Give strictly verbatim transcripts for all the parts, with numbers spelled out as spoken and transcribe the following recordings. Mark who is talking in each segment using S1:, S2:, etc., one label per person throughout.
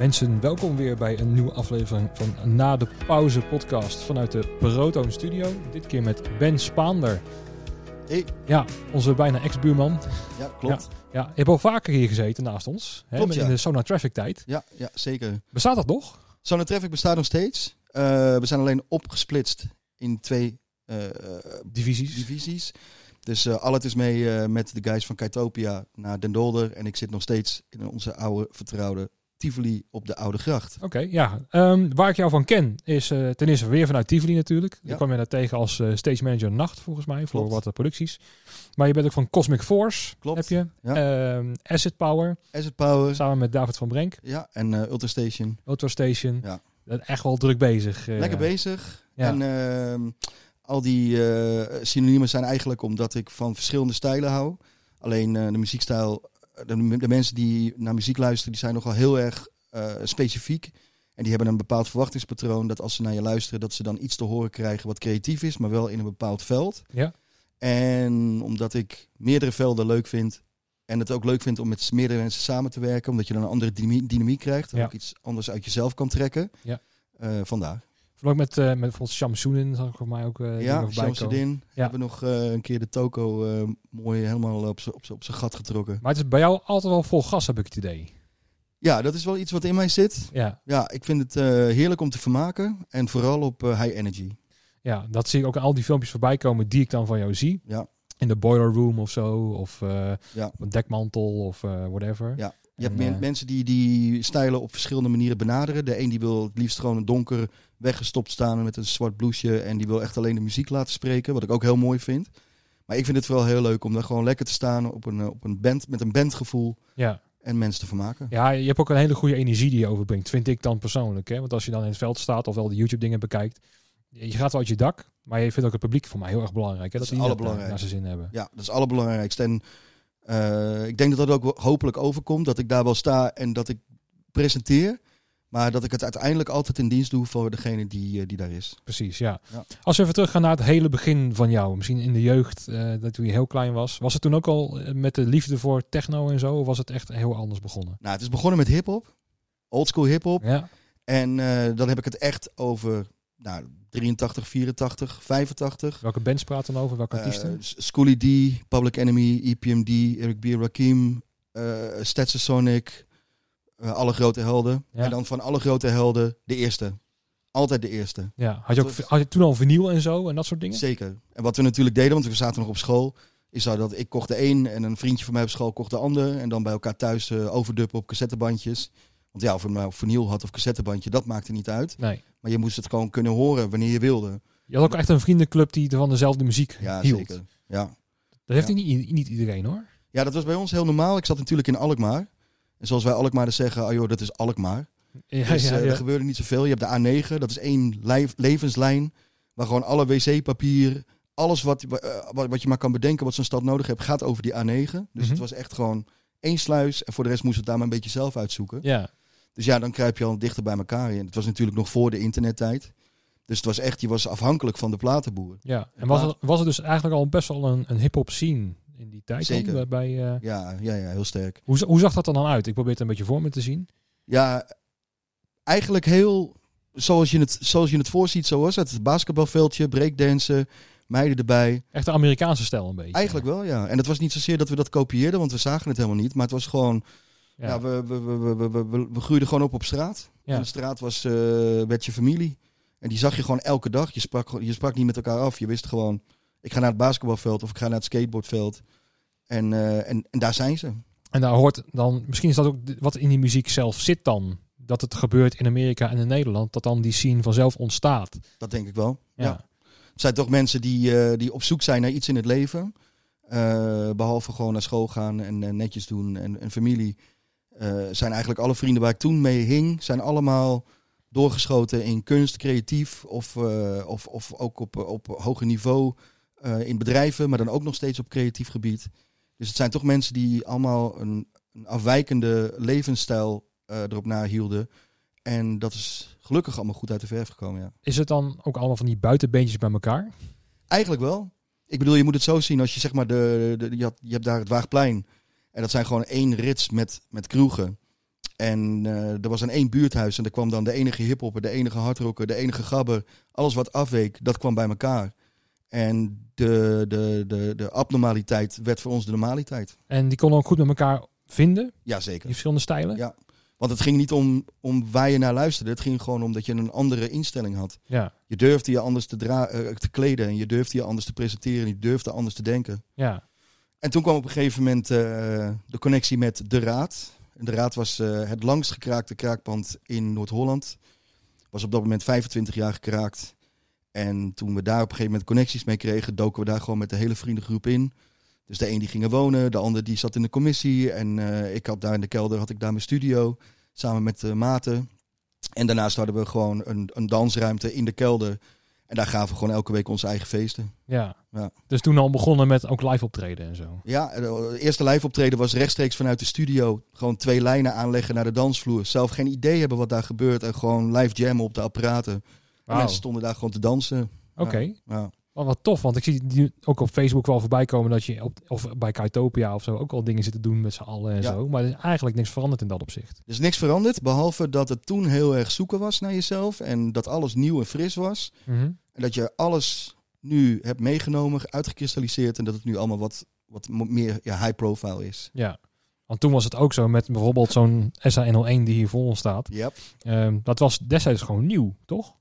S1: Mensen, welkom weer bij een nieuwe aflevering van Na de Pauze podcast vanuit de Proton Studio. Dit keer met Ben Spaander.
S2: Hey.
S1: Ja, onze bijna ex-buurman.
S2: Ja, klopt.
S1: Ja, ja, je hebt al vaker hier gezeten naast ons. Hè,
S2: Klopt,
S1: in
S2: ja.
S1: de Sona Traffic tijd.
S2: Ja, ja, zeker.
S1: Bestaat dat nog?
S2: Sona Traffic bestaat nog steeds. Uh, we zijn alleen opgesplitst in twee uh,
S1: divisies.
S2: divisies. Dus uh, Allet is mee uh, met de guys van Kaitopia naar Den Dolder. En ik zit nog steeds in onze oude vertrouwde Tivoli op de Oude Gracht.
S1: Oké, okay, ja. Um, waar ik jou van ken is uh, ten eerste weer vanuit Tivoli natuurlijk.
S2: Ja.
S1: Ik kwam je daar tegen als uh, stage manager Nacht volgens mij. Voor wat producties. Maar je bent ook van Cosmic Force.
S2: Klopt.
S1: Heb je.
S2: Ja.
S1: Um, Acid Power.
S2: Acid Power.
S1: Samen met David van Brenk.
S2: Ja, en uh, Ultra Station.
S1: Ultra Station.
S2: Ja.
S1: Echt wel druk bezig. Uh,
S2: Lekker bezig.
S1: Ja.
S2: En uh, al die uh, synoniemen zijn eigenlijk omdat ik van verschillende stijlen hou. Alleen uh, de muziekstijl, de, de mensen die naar muziek luisteren, die zijn nogal heel erg uh, specifiek. En die hebben een bepaald verwachtingspatroon dat als ze naar je luisteren, dat ze dan iets te horen krijgen wat creatief is, maar wel in een bepaald veld.
S1: Ja.
S2: En omdat ik meerdere velden leuk vind en het ook leuk vind om met meerdere mensen samen te werken, omdat je dan een andere dynamiek, dynamiek krijgt en
S1: ja.
S2: ook iets anders uit jezelf kan trekken.
S1: Ja.
S2: Uh, vandaar.
S1: Ook met, uh, met bijvoorbeeld Shamsuddin, zag ik voor mij ook uh,
S2: ja, Shamsuddin.
S1: Ja.
S2: We hebben nog uh, een keer de toko uh, mooi helemaal op zijn op gat getrokken.
S1: Maar het is bij jou altijd wel vol gas, heb ik het idee.
S2: Ja, dat is wel iets wat in mij zit.
S1: Ja,
S2: ja ik vind het uh, heerlijk om te vermaken. En vooral op uh, high energy.
S1: Ja, dat zie ik ook in al die filmpjes voorbij komen die ik dan van jou zie.
S2: Ja.
S1: In de boiler room of zo. Of uh,
S2: ja.
S1: een dekmantel of uh, whatever.
S2: Ja. Je hebt en, uh, mensen die die stijlen op verschillende manieren benaderen. De een die wil het liefst gewoon een donker weggestopt staan met een zwart blouseje. En die wil echt alleen de muziek laten spreken. Wat ik ook heel mooi vind. Maar ik vind het wel heel leuk om daar gewoon lekker te staan op een, op een band, met een bandgevoel.
S1: Ja.
S2: En mensen te vermaken.
S1: Ja, je hebt ook een hele goede energie die je overbrengt. Vind ik dan persoonlijk. Hè? Want als je dan in het veld staat of wel de YouTube dingen bekijkt. Je gaat wel uit je dak. Maar je vindt ook het publiek voor mij heel erg belangrijk. Hè?
S2: Dat,
S1: dat
S2: is
S1: die net naar zijn zin hebben.
S2: Ja, dat is het allerbelangrijkste. En uh, ik denk dat dat ook hopelijk overkomt. Dat ik daar wel sta en dat ik presenteer. Maar dat ik het uiteindelijk altijd in dienst doe voor degene die, die daar is.
S1: Precies, ja.
S2: ja.
S1: Als we even teruggaan naar het hele begin van jou. Misschien in de jeugd, uh, dat toen je heel klein was. Was het toen ook al met de liefde voor techno en zo? Of was het echt heel anders begonnen?
S2: Nou, het is begonnen met hiphop. Oldschool hiphop.
S1: Ja.
S2: En uh, dan heb ik het echt over nou, drieëntachtig, vierentachtig, vijfentachtig.
S1: Welke bands praten dan over? Welke
S2: uh,
S1: artiesten?
S2: Schoolie D, Public Enemy, E P M D, Eric B. Rakim, uh, Stetsasonic... Uh, alle grote helden. Ja. En dan van alle grote helden de eerste. Altijd de eerste.
S1: Ja. Had je, ook, had je toen al vinyl en zo en dat soort dingen?
S2: Zeker. En wat we natuurlijk deden, want we zaten nog op school, is dat ik kocht de een en een vriendje van mij op school kocht de ander. En dan bij elkaar thuis uh, overduppen op cassettebandjes. Want ja, of je nou vinyl had of cassettebandje, dat maakte niet uit.
S1: Nee.
S2: Maar je moest het gewoon kunnen horen wanneer je wilde.
S1: Je had ook echt een vriendenclub die van dezelfde muziek
S2: ja,
S1: hield.
S2: Zeker. Ja,
S1: dat heeft
S2: ja.
S1: niet, niet iedereen hoor.
S2: Ja, dat was bij ons heel normaal. Ik zat natuurlijk in Alkmaar. En zoals wij Alkmaarders zeggen, oh joh, dat is Alkmaar.
S1: Ja,
S2: dus
S1: ja,
S2: uh,
S1: ja.
S2: er gebeurde niet zoveel. Je hebt de A negen, dat is één lijf, levenslijn. Waar gewoon alle wc-papier, alles wat, uh, wat, wat je maar kan bedenken wat zo'n stad nodig heeft, gaat over die A negen. Dus
S1: Mm-hmm.
S2: het was echt gewoon één sluis. En voor de rest moest het daar maar een beetje zelf uitzoeken.
S1: Ja.
S2: Dus ja, dan kruip je al dichter bij elkaar in. Het was natuurlijk nog voor de internettijd. Dus het was echt, je was afhankelijk van de platenboer.
S1: Ja, en was het, was het dus eigenlijk al best wel een, een hip-hop scene in die tijd?
S2: Zeker.
S1: Dan, bij, uh...
S2: ja, ja, ja, heel sterk.
S1: Hoe, hoe zag dat er dan uit? Ik probeer het een beetje voor me te zien.
S2: Ja, eigenlijk heel zoals je het, zoals je het voorziet, zoals het basketbalveldje, breakdansen, meiden erbij.
S1: Echt de Amerikaanse stijl een beetje.
S2: Eigenlijk wel, ja. En het was niet zozeer dat we dat kopieerden, want we zagen het helemaal niet. Maar het was gewoon, ja, ja we, we, we, we, we, we, we groeiden gewoon op op straat. Ja. En de straat was, uh, werd je familie. En die zag je gewoon elke dag. Je sprak, je sprak niet met elkaar af. Je wist gewoon, ik ga naar het basketbalveld of ik ga naar het skateboardveld. En, uh, en, en daar zijn ze.
S1: En daar hoort dan, misschien is dat ook wat in die muziek zelf zit dan. Dat het gebeurt in Amerika en in Nederland. Dat dan die scene vanzelf ontstaat.
S2: Dat denk ik wel, ja.
S1: ja.
S2: Het zijn toch mensen die, uh, die op zoek zijn naar iets in het leven. Uh, behalve gewoon naar school gaan en uh, netjes doen en, en familie. Uh, zijn eigenlijk alle vrienden waar ik toen mee hing, zijn allemaal doorgeschoten in kunst, creatief of, uh, of, of ook op, op hoger niveau uh, in bedrijven, maar dan ook nog steeds op creatief gebied. Dus het zijn toch mensen die allemaal een, een afwijkende levensstijl uh, erop nahielden. En dat is gelukkig allemaal goed uit de verf gekomen, ja.
S1: Is het dan ook allemaal van die buitenbeentjes bij elkaar?
S2: Eigenlijk wel. Ik bedoel, je moet het zo zien als je zeg maar, de, de, je, had, je hebt daar het Waagplein. En dat zijn gewoon één rits met, met kroegen. En uh, er was een één buurthuis en er kwam dan de enige hiphopper, de enige hardrocker, de enige gabber. Alles wat afweek, dat kwam bij elkaar. En de, de, de, de abnormaliteit werd voor ons de normaliteit.
S1: En die konden ook goed met elkaar vinden?
S2: Jazeker.
S1: Die verschillende stijlen?
S2: Ja. Want het ging niet om, om waar je naar luisterde. Het ging gewoon om dat je een andere instelling had.
S1: Ja.
S2: Je durfde je anders te, dra- uh, te kleden. En je durfde je anders te presenteren. En je durfde anders te denken.
S1: Ja.
S2: En toen kwam op een gegeven moment uh, de connectie met De Raad. En De Raad was uh, het langst gekraakte kraakpand in Noord-Holland. Was op dat moment vijfentwintig jaar gekraakt. En toen we daar op een gegeven moment connecties mee kregen, doken we daar gewoon met de hele vriendengroep in. Dus de een die ging er wonen, de ander die zat in de commissie. En uh, ik had daar in de kelder, had ik daar mijn studio, samen met uh, maten. En daarnaast hadden we gewoon een, een dansruimte in de kelder. En daar gaven we gewoon elke week onze eigen feesten.
S1: Ja.
S2: Ja.
S1: Dus toen al begonnen met ook live optreden en zo.
S2: Ja, de eerste live optreden was rechtstreeks vanuit de studio. Gewoon twee lijnen aanleggen naar de dansvloer. Zelf geen idee hebben wat daar gebeurt. En gewoon live jammen op de apparaten.
S1: Wow.
S2: Mensen stonden daar gewoon te dansen.
S1: Oké. Okay.
S2: Ja, ja.
S1: Wel wat tof, want ik zie die ook op Facebook wel voorbij komen dat je op, of bij Kaitopia of zo ook al dingen zit te doen met z'n allen en ja. zo. Maar er is eigenlijk niks veranderd in dat opzicht.
S2: Er is niks veranderd, behalve dat het toen heel erg zoeken was naar jezelf. En dat alles nieuw en fris was.
S1: Mm-hmm.
S2: En dat je alles nu hebt meegenomen, uitgekristalliseerd. En dat het nu allemaal wat, wat meer ja, high profile is.
S1: Ja. Want toen was het ook zo met bijvoorbeeld zo'n S A N L één die hier voor ons staat.
S2: Yep.
S1: Um, dat was destijds gewoon nieuw, toch?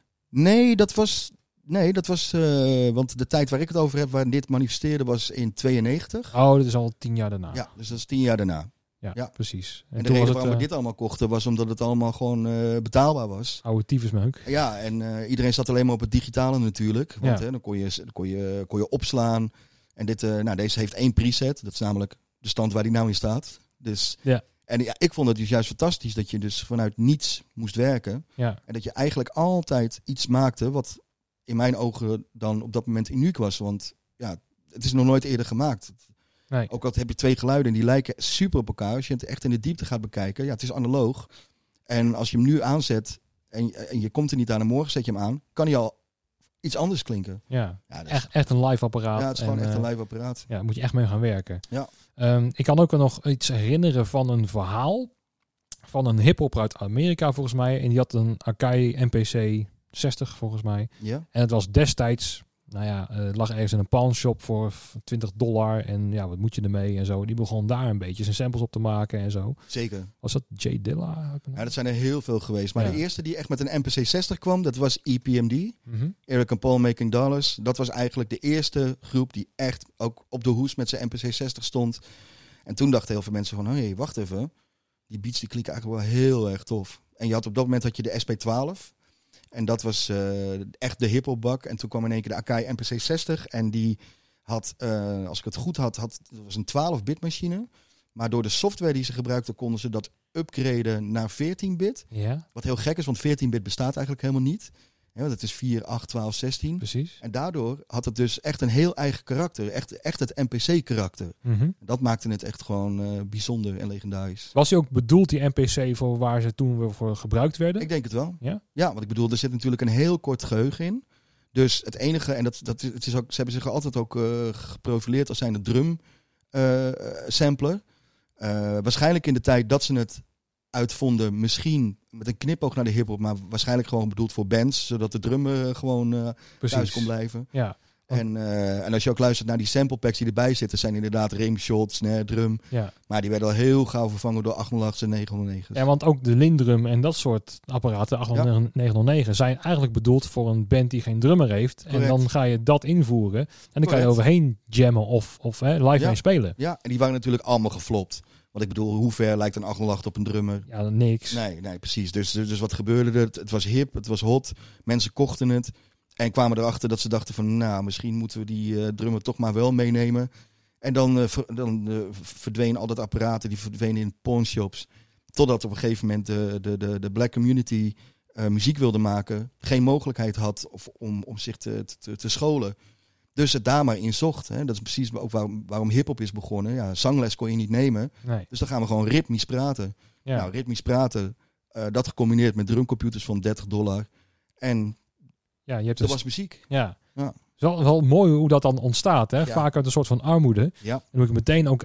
S2: Nee, dat was... Nee, dat was... Uh, want de tijd waar ik het over heb, waar dit manifesteerde, was in tweeënnegentig.
S1: Oh, dat is al tien jaar daarna.
S2: Ja, dus dat is tien jaar daarna.
S1: Ja, ja. precies.
S2: En, en de reden waarom het, uh, we dit allemaal kochten, was omdat het allemaal gewoon uh, betaalbaar was.
S1: Oude tyfusmeuk.
S2: Ja, en uh, iedereen zat alleen maar op het digitale natuurlijk. Want
S1: ja.
S2: hè, dan kon je, kon, je, kon je opslaan. En dit, uh, nou, deze heeft één preset. Dat is namelijk de stand waar die nou in staat. Dus...
S1: Ja.
S2: En ja, ik vond het dus juist fantastisch dat je dus vanuit niets moest werken.
S1: Ja.
S2: En dat je eigenlijk altijd iets maakte wat in mijn ogen dan op dat moment uniek was. Want ja, het is nog nooit eerder gemaakt.
S1: Nee.
S2: Ook al heb je twee geluiden en die lijken super op elkaar. Als je het echt in de diepte gaat bekijken. Ja, het is analoog. En als je hem nu aanzet en, en je komt er niet aan en morgen zet je hem aan, kan hij al iets anders klinken.
S1: Ja,
S2: ja dus,
S1: echt, echt een live apparaat.
S2: Ja, het is gewoon
S1: en,
S2: echt een
S1: uh,
S2: live apparaat.
S1: Ja, daar moet je echt mee gaan werken.
S2: Ja.
S1: Um, ik kan ook nog iets herinneren van een verhaal van een hiphopper uit Amerika volgens mij. En die had een Akai M P C zestig volgens mij.
S2: Ja.
S1: En het was destijds, nou ja, uh, lag ergens in een pawnshop voor twintig dollar. En ja, wat moet je ermee en zo. Die begon daar een beetje zijn samples op te maken en zo.
S2: Zeker.
S1: Was dat J Dilla?
S2: Ja, dat zijn er heel veel geweest. Maar ja. de eerste die echt met een M P C zestig kwam, dat was E P M D.
S1: Mm-hmm.
S2: Eric and Paul Making Dollars. Dat was eigenlijk de eerste groep die echt ook op de hoes met zijn M P C zestig stond. En toen dachten heel veel mensen van, hé, hey, wacht even. Die beats die klinken eigenlijk wel heel erg tof. En je had op dat moment had je de S P twaalf. En dat was uh, echt de hiphopbak. En toen kwam in één keer de Akai M P C zestig. En die had, uh, als ik het goed had, had dat was een twaalf-bit machine. Maar door de software die ze gebruikten, konden ze dat upgraden naar veertien bit.
S1: Ja.
S2: Wat heel gek is, want veertien bit bestaat eigenlijk helemaal niet. Ja, want het is vier, acht, twaalf, zestien.
S1: Precies.
S2: En daardoor had het dus echt een heel eigen karakter. Echt, echt het M P C-karakter.
S1: Mm-hmm.
S2: Dat maakte het echt gewoon uh, bijzonder en legendarisch.
S1: Was hij ook bedoeld, die M P C, voor waar ze toen voor gebruikt werden?
S2: Ik denk het wel.
S1: Ja?
S2: Ja, want ik bedoel, er zit natuurlijk een heel kort geheugen in. Dus het enige, en dat, dat het is ook, ze hebben zich altijd ook uh, geprofileerd als zijn de drum uh, sampler. Uh, waarschijnlijk in de tijd dat ze het uitvonden, misschien met een knipoog naar de hiphop, maar waarschijnlijk gewoon bedoeld voor bands, zodat de drummer gewoon uh, thuis kon blijven.
S1: Ja.
S2: En, uh, en als je ook luistert naar die sample packs die erbij zitten, zijn inderdaad rimshot, snare, drum.
S1: Ja.
S2: Maar die werden al heel gauw vervangen door achthonderdachts en negenhonderdnegen.
S1: Ja, want ook de Lindrum en dat soort apparaten, achthonderd negenhonderdnegen, zijn eigenlijk bedoeld voor een band die geen drummer heeft. Correct. En dan ga je dat invoeren en dan Correct. kan je overheen jammen of, of hè, live
S2: ja.
S1: heen spelen.
S2: Ja, en die waren natuurlijk allemaal geflopt. Want ik bedoel, hoe ver lijkt een achthonderdacht op een drummer?
S1: Ja, niks.
S2: Nee, nee, precies. Dus, dus wat gebeurde er? Het was hip, het was hot. Mensen kochten het. En kwamen erachter dat ze dachten van, nou, misschien moeten we die uh, drummer toch maar wel meenemen. En dan, uh, ver, dan uh, verdwenen al dat apparaten, die verdwenen in pawnshops. Totdat op een gegeven moment de, de, de, de black community uh, muziek wilde maken. Geen mogelijkheid had of, om, om zich te, te, te scholen. Dus het daar maar in zocht. Hè. Dat is precies ook waarom, waarom hiphop is begonnen. Ja, zangles kon je niet nemen.
S1: Nee.
S2: Dus dan gaan we gewoon ritmisch praten.
S1: Ja.
S2: Nou, ritmisch praten, uh, dat gecombineerd met drumcomputers van dertig dollar. En
S1: ja, je hebt
S2: dat
S1: dus,
S2: was muziek.
S1: Ja.
S2: Ja.
S1: Het is wel, wel mooi hoe dat dan ontstaat. Hè?
S2: Ja.
S1: Vaak uit een soort van armoede.
S2: Ja.
S1: Dan moet ik meteen ook aan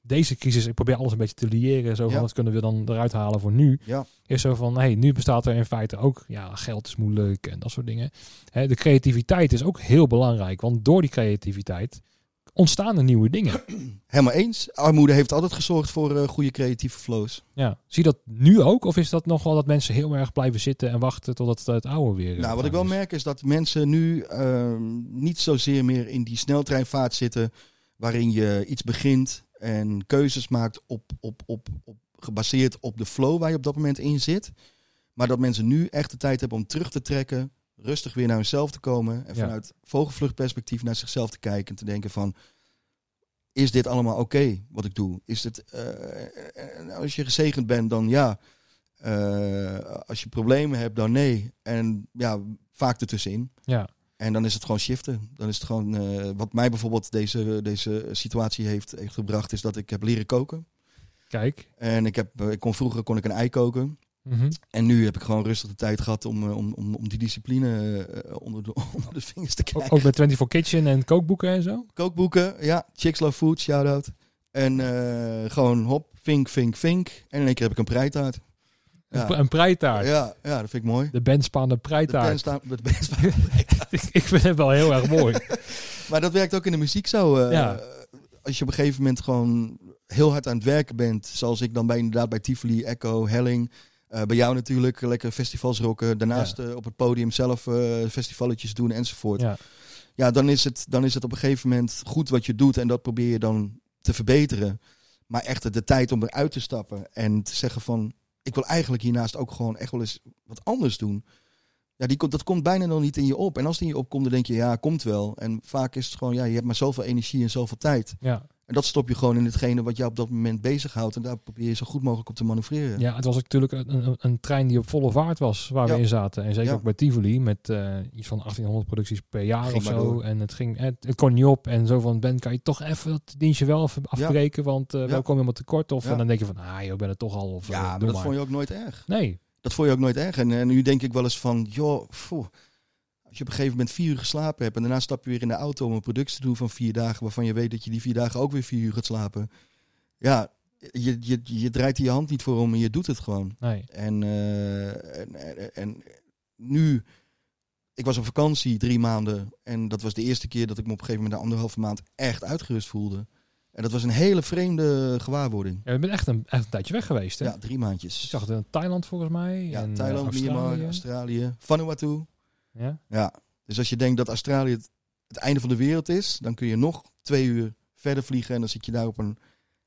S1: deze crisis, ik probeer alles een beetje te liëren, zo van
S2: Ja.
S1: wat kunnen we dan eruit halen voor nu.
S2: Ja.
S1: Is zo van, hey, nu bestaat er in feite ook, ja, geld is moeilijk en dat soort dingen. Hè, de creativiteit is ook heel belangrijk, want door die creativiteit ontstaan er nieuwe dingen.
S2: Helemaal eens. Armoede heeft altijd gezorgd voor uh, goede creatieve flows.
S1: Ja. Zie je dat nu ook? Of is dat nog wel dat mensen heel erg blijven zitten en wachten totdat het, het oude weer...
S2: Nou, wat ik wel
S1: is?
S2: merk is dat mensen nu uh, niet zozeer meer in die sneltreinvaart zitten, waarin je iets begint en keuzes maakt op, op, op, op, gebaseerd op de flow waar je op dat moment in zit. Maar dat mensen nu echt de tijd hebben om terug te trekken, rustig weer naar hunzelf te komen en
S1: Ja.
S2: vanuit vogelvluchtperspectief naar zichzelf te kijken en te denken van, is dit allemaal oké okay, wat ik doe? Is het, uh, als je gezegend bent, dan ja. Uh, als je problemen hebt, dan nee. En ja, vaak ertussenin.
S1: Ja.
S2: En dan is het gewoon shiften. Dan is het gewoon, uh, wat mij bijvoorbeeld deze, deze situatie heeft, heeft gebracht, is dat ik heb leren koken.
S1: Kijk.
S2: En ik heb, uh, ik kon vroeger kon ik een ei koken.
S1: Mm-hmm.
S2: En nu heb ik gewoon rustig de tijd gehad om, om, om, om die discipline uh, onder, de, onder de vingers te krijgen.
S1: Ook met twenty-four Kitchen en kookboeken en zo?
S2: Kookboeken, ja. Chicks Love Food, shout-out. En uh, gewoon hop, vink, vink, vink. En in één keer heb ik een preitaart.
S1: Ja. Een, een preitaart?
S2: Ja, ja, dat vind ik mooi.
S1: De bandspaande preitaart.
S2: De bandspaande preitaart.
S1: ik, ik vind het wel heel erg mooi.
S2: Maar dat werkt ook in de muziek zo. Uh, ja. Als je op een gegeven moment gewoon heel hard aan het werken bent, zoals ik dan bij, inderdaad bij Tivoli, Echo, Helling... Uh, bij jou natuurlijk, lekker festivals rocken. Daarnaast ja. uh, op het podium zelf uh, festivaletjes doen enzovoort.
S1: Ja,
S2: ja dan, is het, dan is het op een gegeven moment goed wat je doet. En dat probeer je dan te verbeteren. Maar echt de tijd om eruit te stappen. En te zeggen van, ik wil eigenlijk hiernaast ook gewoon echt wel eens wat anders doen. Ja, die, dat komt bijna nog niet in je op. En als het in je opkomt, dan denk je, ja, komt wel. En vaak is het gewoon, ja, je hebt maar zoveel energie en zoveel tijd.
S1: Ja.
S2: En dat stop je gewoon in hetgene wat jou op dat moment bezighoudt. En daar probeer je zo goed mogelijk op te manoeuvreren.
S1: Ja, het was natuurlijk een, een, een trein die op volle vaart was, waar ja. we in zaten. En zeker ja. ook bij Tivoli, met uh, iets van achttienhonderd producties per jaar ging of zo. Door. En het, ging, het, het kon niet op. En zo van, Ben, kan je toch even dat dienstje wel even afbreken? Ja. Want uh, ja. we komen helemaal tekort. Of ja. en dan denk je van, ah, je bent het toch al. Of,
S2: ja,
S1: uh,
S2: maar dat
S1: maar.
S2: vond je ook nooit erg.
S1: Nee.
S2: Dat vond je ook nooit erg. En, en nu denk ik wel eens van, joh, pfoh. Als je op een gegeven moment vier uur geslapen hebt en daarna stap je weer in de auto om een productie te doen van vier dagen, waarvan je weet dat je die vier dagen ook weer vier uur gaat slapen. Ja, je, je, je draait je hand niet voor om en je doet het gewoon.
S1: Nee.
S2: En, uh, en, en, en nu, ik was op vakantie drie maanden en dat was de eerste keer dat ik me op een gegeven moment de anderhalve maand echt uitgerust voelde. En dat was een hele vreemde gewaarwording.
S1: Ja, je bent echt een, echt een tijdje weg geweest, hè?
S2: Ja, drie maandjes.
S1: Ik zag het in Thailand volgens mij.
S2: Ja,
S1: en
S2: Thailand,
S1: uh, Australië.
S2: Myanmar, Australië, Vanuatu.
S1: Ja?
S2: Ja, dus als je denkt dat Australië het, het einde van de wereld is, dan kun je nog twee uur verder vliegen en dan zit je daar op een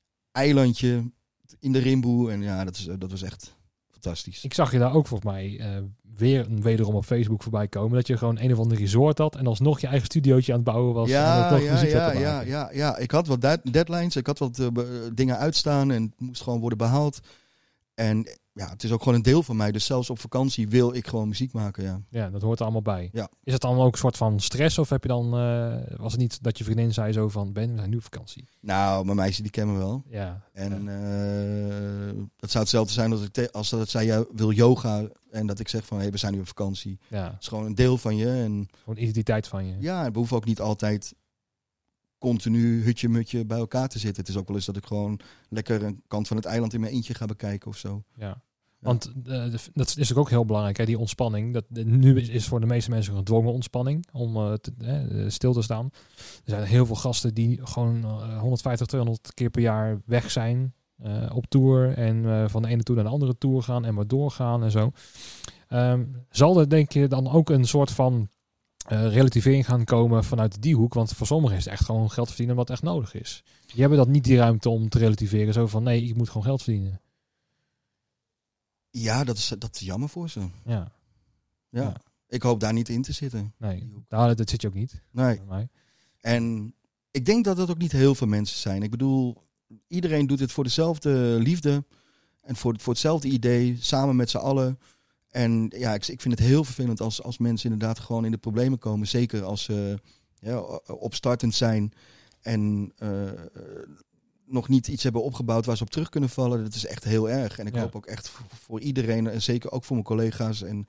S2: eilandje in de Rimboe. En ja, dat, is, dat was echt fantastisch.
S1: Ik zag je daar ook volgens mij uh, weer wederom op Facebook voorbij komen. Dat je gewoon een of ander resort had en alsnog je eigen studiootje aan het bouwen was.
S2: Ja,
S1: en nog
S2: ja,
S1: muziek
S2: ja, ja, ja, ja. Ik had wat deadlines, ik had wat uh, dingen uitstaan en het moest gewoon worden behaald. En ja, het is ook gewoon een deel van mij. Dus zelfs op vakantie wil ik gewoon muziek maken, ja.
S1: Ja, dat hoort er allemaal bij.
S2: Ja.
S1: Is het dan ook een soort van stress? Of heb je dan, uh, was het niet dat je vriendin zei zo van, Ben, we zijn nu op vakantie?
S2: Nou, mijn meisje die kennen me wel.
S1: Ja.
S2: En
S1: ja.
S2: Uh, dat zou hetzelfde zijn als, ik te- als dat zij ja, wil yoga en dat ik zeg van, hé, hey, we zijn nu op vakantie.
S1: Ja.
S2: Het is gewoon een deel van je. En
S1: gewoon een identiteit van je.
S2: Ja, we hoeven ook niet altijd continu hutje-mutje bij elkaar te zitten. Het is ook wel eens dat ik gewoon lekker een kant van het eiland in mijn eentje ga bekijken of zo.
S1: Ja, ja. Want uh, dat is ook heel belangrijk, hè, die ontspanning. Dat, de, nu is, is voor de meeste mensen een gedwongen ontspanning om uh, te, uh, stil te staan. Er zijn heel veel gasten die gewoon uh, honderdvijftig, tweehonderd keer per jaar weg zijn uh, op tour. En uh, van de ene tour naar de andere tour gaan en maar doorgaan en zo. Um, zal er denk je dan ook een soort van Uh, relativering gaan komen vanuit die hoek. Want voor sommigen is het echt gewoon geld verdienen wat echt nodig is. Die hebben dat niet die ruimte om te relativeren. Zo van, nee, ik moet gewoon geld verdienen.
S2: Ja, dat is, dat is jammer voor ze.
S1: Ja.
S2: Ja. ja. Ik hoop daar niet in te zitten.
S1: Nee, nou, dat zit je ook niet.
S2: Nee. En ik denk dat dat ook niet heel veel mensen zijn. Ik bedoel, iedereen doet het voor dezelfde liefde. En voor, voor hetzelfde idee. Samen met z'n allen. En ja, ik, ik vind het heel vervelend als, als mensen inderdaad gewoon in de problemen komen. Zeker als ze ja, opstartend zijn en uh, nog niet iets hebben opgebouwd waar ze op terug kunnen vallen. Dat is echt heel erg. En ik ja. hoop ook echt voor, voor iedereen, en zeker ook voor mijn collega's en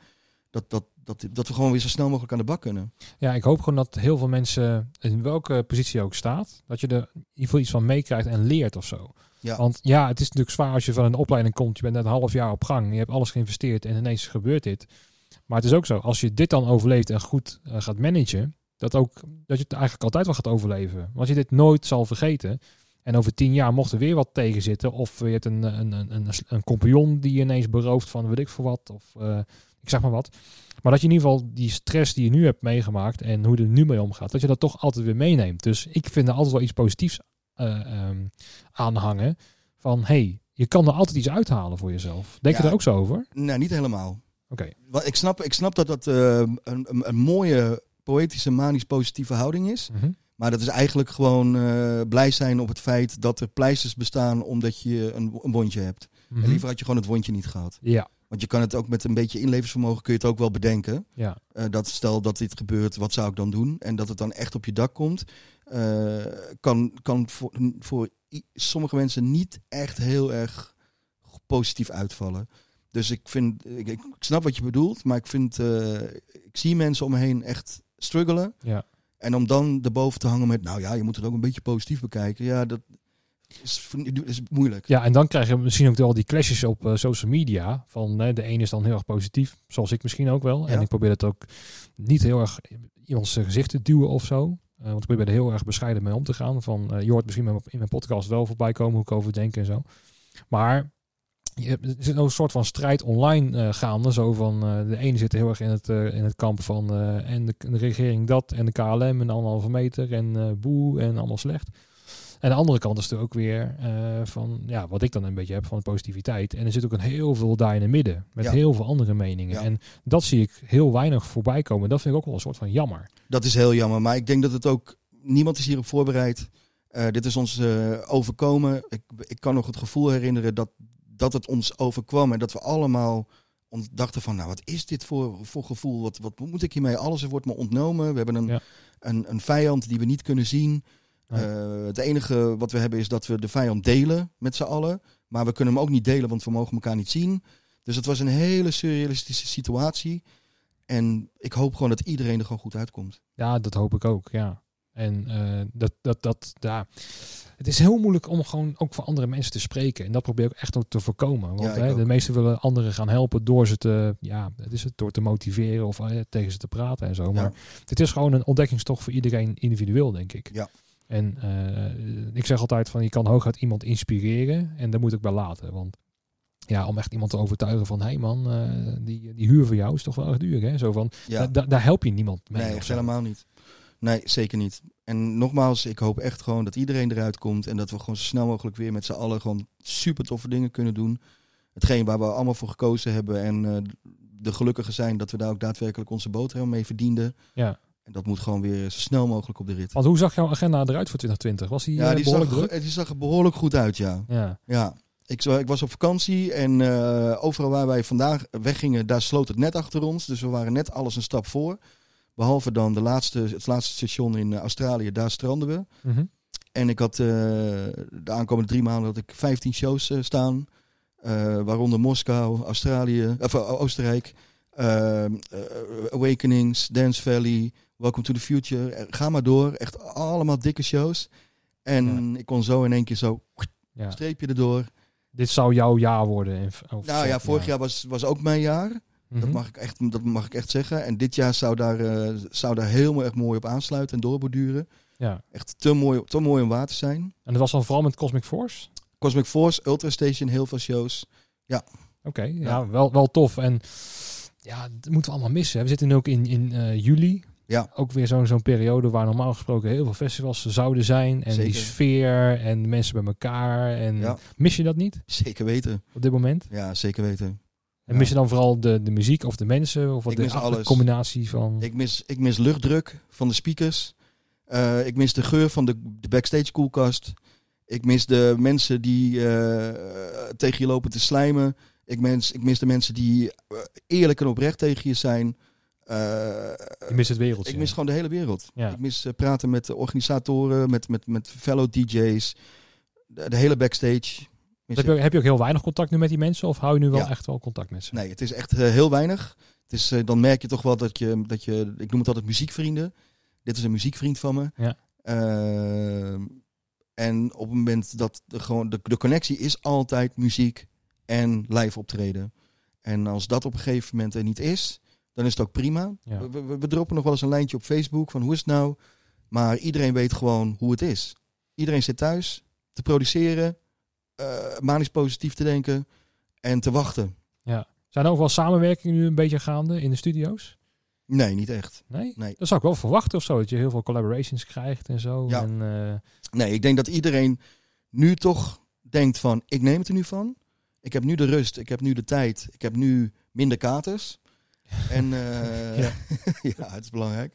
S2: dat, dat, dat, dat we gewoon weer zo snel mogelijk aan de bak kunnen.
S1: Ja, ik hoop gewoon dat heel veel mensen, in welke positie je ook staat, dat je er in ieder geval iets van meekrijgt en leert of zo.
S2: Ja.
S1: Want ja, het is natuurlijk zwaar als je van een opleiding komt. Je bent net een half jaar op gang. Je hebt alles geïnvesteerd en ineens gebeurt dit. Maar het is ook zo, als je dit dan overleeft en goed uh, gaat managen, dat, ook, dat je het eigenlijk altijd wel gaat overleven. Want je dit nooit zal vergeten. En over tien jaar mocht er weer wat tegen zitten. Of je hebt een, een, een, een, een compagnon die je ineens berooft van weet ik voor wat. Of uh, ik zeg maar wat. Maar dat je in ieder geval die stress die je nu hebt meegemaakt en hoe je er nu mee omgaat, dat je dat toch altijd weer meeneemt. Dus ik vind er altijd wel iets positiefs uh, um, aan hangen. Van hey, je kan er altijd iets uithalen voor jezelf. Denk
S2: Ja,
S1: je er ook zo over?
S2: Nee, niet helemaal.
S1: Oké.
S2: Okay. Ik snap, ik snap dat dat uh, een, een, een mooie, poëtische, manisch-positieve houding is.
S1: Mm-hmm.
S2: Maar dat is eigenlijk gewoon uh, blij zijn op het feit dat er pleisters bestaan omdat je een, een wondje hebt.
S1: Mm-hmm.
S2: En liever had je gewoon het wondje niet gehad.
S1: Ja.
S2: Want je kan het ook met een beetje inlevensvermogen kun je het ook wel bedenken.
S1: Ja.
S2: Uh, dat stel dat dit gebeurt, wat zou ik dan doen? En dat het dan echt op je dak komt. Uh, kan kan voor, voor i- sommige mensen niet echt heel erg positief uitvallen. Dus ik vind, ik, ik snap wat je bedoelt, maar ik vind, uh, ik zie mensen om me heen echt struggelen.
S1: Ja.
S2: En om dan erboven te hangen met, nou ja, je moet het ook een beetje positief bekijken. Ja, dat is, is moeilijk.
S1: Ja, en dan krijg je misschien ook wel die clashes op uh, social media. Van uh, de ene is dan heel erg positief, zoals ik misschien ook wel.
S2: Ja.
S1: En ik probeer het ook niet heel erg in iemands gezicht te duwen of zo. Uh, want ik probeer er heel erg bescheiden mee om te gaan. Van, uh, je hoort misschien in mijn podcast wel voorbij komen hoe ik over denk en zo. Maar je, er zit ook een soort van strijd online uh, gaande. Zo van uh, de ene zit heel erg in het, uh, in het kamp van uh, en de, de regering dat en de K L M en anderhalve meter en uh, boe en allemaal slecht. En de andere kant is er ook weer uh, van ja, wat ik dan een beetje heb van de positiviteit. En er zit ook een heel veel daar in het midden met
S2: Ja.
S1: heel veel andere meningen.
S2: Ja.
S1: En dat zie ik heel weinig voorbij komen. Dat vind ik ook wel een soort van jammer.
S2: Dat is heel jammer, maar ik denk dat het ook, niemand is hierop voorbereid. Uh, dit is ons uh, overkomen. Ik, ik kan nog het gevoel herinneren dat, dat het ons overkwam en dat we allemaal dachten van, nou wat is dit voor, voor gevoel? Wat, wat moet ik hiermee? Alles wordt me ontnomen. We hebben een,
S1: Ja.
S2: een, een vijand die we niet kunnen zien.
S1: Nee.
S2: Uh, het enige wat we hebben is dat we de vijand delen met z'n allen. Maar we kunnen hem ook niet delen, want we mogen elkaar niet zien. Dus het was een hele surrealistische situatie. En ik hoop gewoon dat iedereen er gewoon goed uitkomt.
S1: Ja, dat hoop ik ook, ja. En uh, dat, dat, dat, ja. Het is heel moeilijk om gewoon ook voor andere mensen te spreken. En dat probeer ik echt ook te voorkomen. Want
S2: Ja, ik
S1: hè,
S2: ook.
S1: de meesten willen anderen gaan helpen door ze te, ja, het is het, door te motiveren of uh, tegen ze te praten en zo. Maar
S2: Ja.
S1: het is gewoon een ontdekkingstocht voor iedereen individueel, denk ik.
S2: Ja.
S1: En uh, ik zeg altijd van je kan hooguit iemand inspireren en daar moet ik bij laten. Want ja, om echt iemand te overtuigen van hé hey man, uh, die, die huur voor jou is toch wel echt duur. Hè? Zo van,
S2: Ja.
S1: da- da- daar help je niemand mee.
S2: Nee,
S1: of
S2: echt
S1: zo.
S2: helemaal niet. Nee, zeker niet. En nogmaals, ik hoop echt gewoon dat iedereen eruit komt. En dat we gewoon zo snel mogelijk weer met z'n allen gewoon super toffe dingen kunnen doen. Hetgeen waar we allemaal voor gekozen hebben. En uh, de gelukkige zijn dat we daar ook daadwerkelijk onze boterham mee verdienden.
S1: Ja.
S2: En dat moet gewoon weer zo snel mogelijk op de rit.
S1: Want hoe zag jouw agenda eruit voor twintig twintig? Was die,
S2: Ja,
S1: uh,
S2: die
S1: behoorlijk
S2: zag,
S1: druk?
S2: die zag er behoorlijk goed uit, ja.
S1: Ja.
S2: Ja. Ik, ik was op vakantie en uh, overal waar wij vandaag weggingen, daar sloot het net achter ons. Dus we waren net alles een stap voor. Behalve dan de laatste, het laatste station in Australië, daar stranden we.
S1: Mm-hmm.
S2: En ik had uh, de aankomende drie maanden had ik vijftien shows uh, staan. Uh, waaronder Moskou, Australië, of uh, Oostenrijk, uh, uh, Awakenings, Dance Valley, Welcome to the Future. Uh, ga maar door, echt allemaal dikke shows. En ja. ik kon zo in één keer zo
S1: Ja.
S2: streepje erdoor.
S1: Dit zou jouw jaar worden? Of, of
S2: Nou ja, vorig jaar was, was ook mijn jaar.
S1: Mm-hmm.
S2: Dat mag ik echt, dat mag ik echt zeggen. En dit jaar zou daar, uh, zou daar heel erg mooi op aansluiten en doorborduren.
S1: Ja.
S2: Echt te mooi, te mooi om waar te zijn.
S1: En dat was dan vooral met Cosmic Force?
S2: Cosmic Force, Ultra Station, heel veel shows. Ja.
S1: Oké, okay, ja,
S2: ja.
S1: wel, wel tof. En ja, dat moeten we allemaal missen. Hè. We zitten nu ook in, in uh, juli.
S2: Ja.
S1: Ook weer zo'n zo'n periode waar normaal gesproken heel veel festivals zouden zijn. En
S2: Zeker.
S1: die sfeer en de mensen bij elkaar. En
S2: Ja.
S1: mis je dat niet
S2: Zeker weten.
S1: op dit moment?
S2: Ja, zeker weten.
S1: En
S2: ja.
S1: mis je dan vooral de, de muziek of de mensen? Of wat
S2: Ik
S1: de,
S2: mis
S1: ach, de
S2: alles.
S1: combinatie van...
S2: Ik mis, ik mis luchtdruk van de speakers. Uh, ik mis de geur van de, de backstage koelkast. Ik mis de mensen die uh, tegen je lopen te slijmen. Ik mis, ik mis de mensen die uh, eerlijk en oprecht tegen je zijn. Uh,
S1: je mist het wereldje.
S2: Ik mis gewoon de hele wereld.
S1: Ja.
S2: Ik mis uh, praten met de organisatoren, met, met, met fellow D J's. De, de hele backstage.
S1: Heb je, heb je ook heel weinig contact nu met die mensen? Of hou je nu wel
S2: ja.
S1: echt wel contact met ze?
S2: Nee, het is echt uh, heel weinig. Het is, uh, dan merk je toch wel dat je, dat je, ik noem het altijd muziekvrienden. Dit is een muziekvriend van me.
S1: Ja.
S2: Uh, en op het moment dat de, gewoon de, de connectie is altijd muziek en live optreden. En als dat op een gegeven moment er niet is, dan is het ook prima.
S1: Ja.
S2: We, we, we droppen nog wel eens een lijntje op Facebook van hoe is het nou? Maar iedereen weet gewoon hoe het is. Iedereen zit thuis te produceren, uh, manisch positief te denken en te wachten.
S1: Ja. Zijn er ook wel samenwerkingen nu een beetje gaande in de studio's?
S2: Nee, niet echt.
S1: Nee?
S2: Nee.
S1: Dat zou ik wel verwachten of zo, dat je heel veel collaborations krijgt en zo.
S2: Ja.
S1: En, uh...
S2: Nee, ik denk dat iedereen nu toch denkt van, ik neem het er nu van. Ik heb nu de rust, ik heb nu de tijd, ik heb nu minder katers. En uh, ja. ja, het is belangrijk.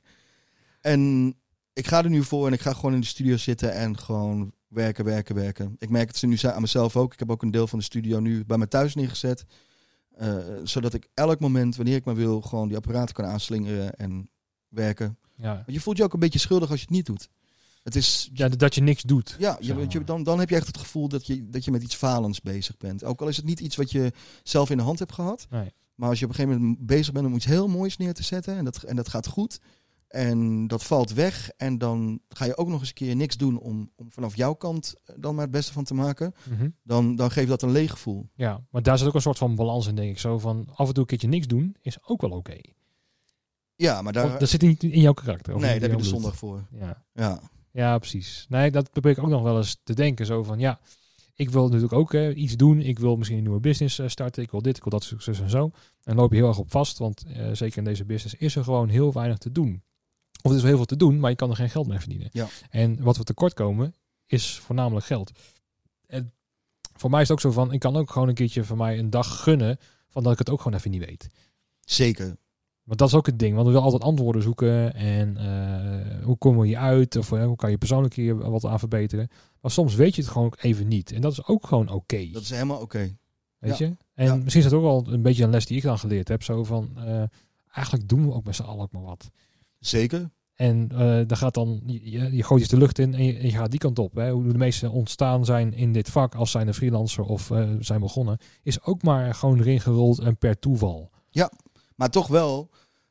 S2: En ik ga er nu voor en ik ga gewoon in de studio zitten en gewoon werken, werken, werken. Ik merk het nu aan mezelf ook. Ik heb ook een deel van de studio nu bij me thuis neergezet. Uh, zodat ik elk moment, wanneer ik maar wil, gewoon die apparaten kan aanslingeren en werken.
S1: Ja.
S2: Want je voelt je ook een beetje schuldig als je het niet doet. Het is,
S1: ja, dat je niks doet.
S2: Ja, je, je, dan, dan heb je echt het gevoel dat je, dat je met iets falends bezig bent. Ook al is het niet iets wat je zelf in de hand hebt gehad.
S1: Nee.
S2: Maar als je op een gegeven moment bezig bent om iets heel moois neer te zetten. En dat, en dat gaat goed. En dat valt weg. En dan ga je ook nog eens een keer niks doen om, om vanaf jouw kant dan maar het beste van te maken.
S1: Mm-hmm.
S2: Dan, dan geeft dat een leeg gevoel.
S1: Ja, maar daar zit ook een soort van balans in, denk ik. Zo van af en toe een keertje niks doen is ook wel oké. Okay.
S2: Ja, maar daar...
S1: Want dat zit niet in jouw karakter.
S2: Nee, daar heb je de zondag voor.
S1: Ja.
S2: Ja.
S1: Ja, precies. Nee, dat probeer ik ook nog wel eens te denken. Zo van, ja, ik wil natuurlijk ook uh, iets doen. Ik wil misschien een nieuwe business uh, starten. Ik wil dit, ik wil dat, succes en zo. En loop je heel erg op vast. Want uh, zeker in deze business is er gewoon heel weinig te doen. Of er is wel heel veel te doen, maar je kan er geen geld mee verdienen.
S2: Ja.
S1: En wat we tekort komen, is voornamelijk geld. En voor mij is het ook zo van, ik kan ook gewoon een keertje van mij een dag gunnen, van dat ik het ook gewoon even niet weet.
S2: Zeker.
S1: Want dat is ook het ding, want we willen altijd antwoorden zoeken en uh, hoe komen we hier uit, of uh, hoe kan je persoonlijk hier wat aan verbeteren. Maar soms weet je het gewoon ook even niet. En dat is ook gewoon oké. Okay.
S2: Dat is helemaal oké. Okay.
S1: Weet
S2: ja.
S1: je? En
S2: ja.
S1: misschien is dat ook wel een beetje een les die ik dan geleerd heb. Zo van, uh, eigenlijk doen we ook met z'n allen ook maar wat.
S2: Zeker.
S1: En uh, dan gaat dan, je, je gooit iets de lucht in en je, en je gaat die kant op. Hè. Hoe de meesten ontstaan zijn in dit vak, als zijn een freelancer of uh, zijn begonnen, is ook maar gewoon erin gerold en per toeval.
S2: Ja, maar toch wel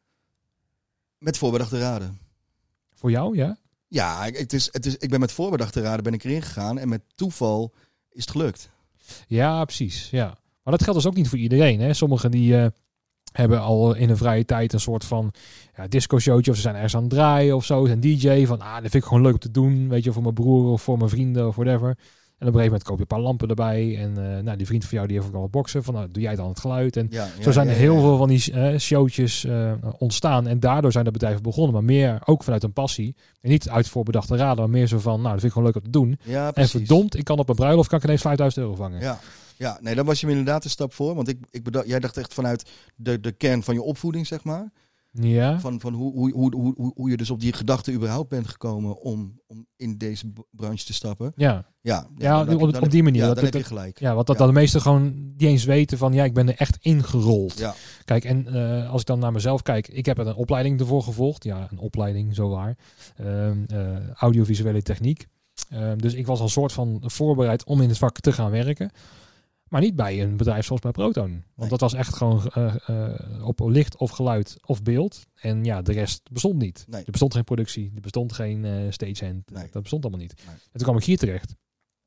S2: met voorbedachte raden.
S1: Voor jou, ja?
S2: Ja, het is, het is, ik ben met voorbedachte raden ben ik erin gegaan en met toeval is het gelukt.
S1: Ja, precies. Ja. Maar dat geldt dus ook niet voor iedereen. Hè. Sommigen die uh, hebben al in hun vrije tijd een soort van ja, disco-showtje of ze zijn ergens aan het draaien of zo. Een D J van, ah, dat vind ik gewoon leuk om te doen. Weet je, voor mijn broer of voor mijn vrienden of whatever. En op een gegeven moment koop je een paar lampen erbij. En uh, nou, die vriend van jou die heeft ook al wat boksen. Van, nou, doe jij dan het geluid. En
S2: ja, ja,
S1: zo zijn er
S2: ja,
S1: heel
S2: ja, ja.
S1: veel van die uh, showtjes uh, ontstaan. En daardoor zijn de bedrijven begonnen. Maar meer ook vanuit een passie. En niet uit voorbedachte raden. Maar meer zo van, nou, dat vind ik gewoon leuk om te doen.
S2: Ja,
S1: en verdomd, ik kan op een bruiloft kan ik ineens vijfduizend euro vangen.
S2: Ja. Ja, nee, daar was je me inderdaad een stap voor. Want ik, ik bedacht, jij dacht echt vanuit de, de kern van je opvoeding, zeg maar.
S1: Ja.
S2: Van, van hoe, hoe, hoe, hoe, hoe je dus op die gedachte überhaupt bent gekomen om, om in deze branche te stappen.
S1: Ja,
S2: ja,
S1: ja, ja
S2: dan,
S1: op,
S2: dan
S1: op die manier.
S2: Ja,
S1: dat,
S2: dan
S1: dat,
S2: heb je gelijk.
S1: Ja, want dat,
S2: ja.
S1: dat de meesten gewoon niet eens weten van, ja, ik ben er echt ingerold.
S2: Ja.
S1: Kijk, en uh, als ik dan naar mezelf kijk, ik heb er een opleiding ervoor gevolgd. Ja, een opleiding, zo waar. Uh, uh, audiovisuele techniek. Uh, dus ik was al een soort van voorbereid om in het vak te gaan werken. Maar niet bij een bedrijf zoals bij Proton. Want
S2: nee.
S1: dat was echt gewoon uh, uh, op licht of geluid of beeld. En ja, de rest bestond niet.
S2: Nee.
S1: Er bestond geen productie. Er bestond geen uh, stagehand.
S2: Nee.
S1: Dat bestond allemaal niet.
S2: Nee.
S1: En toen kwam ik hier terecht.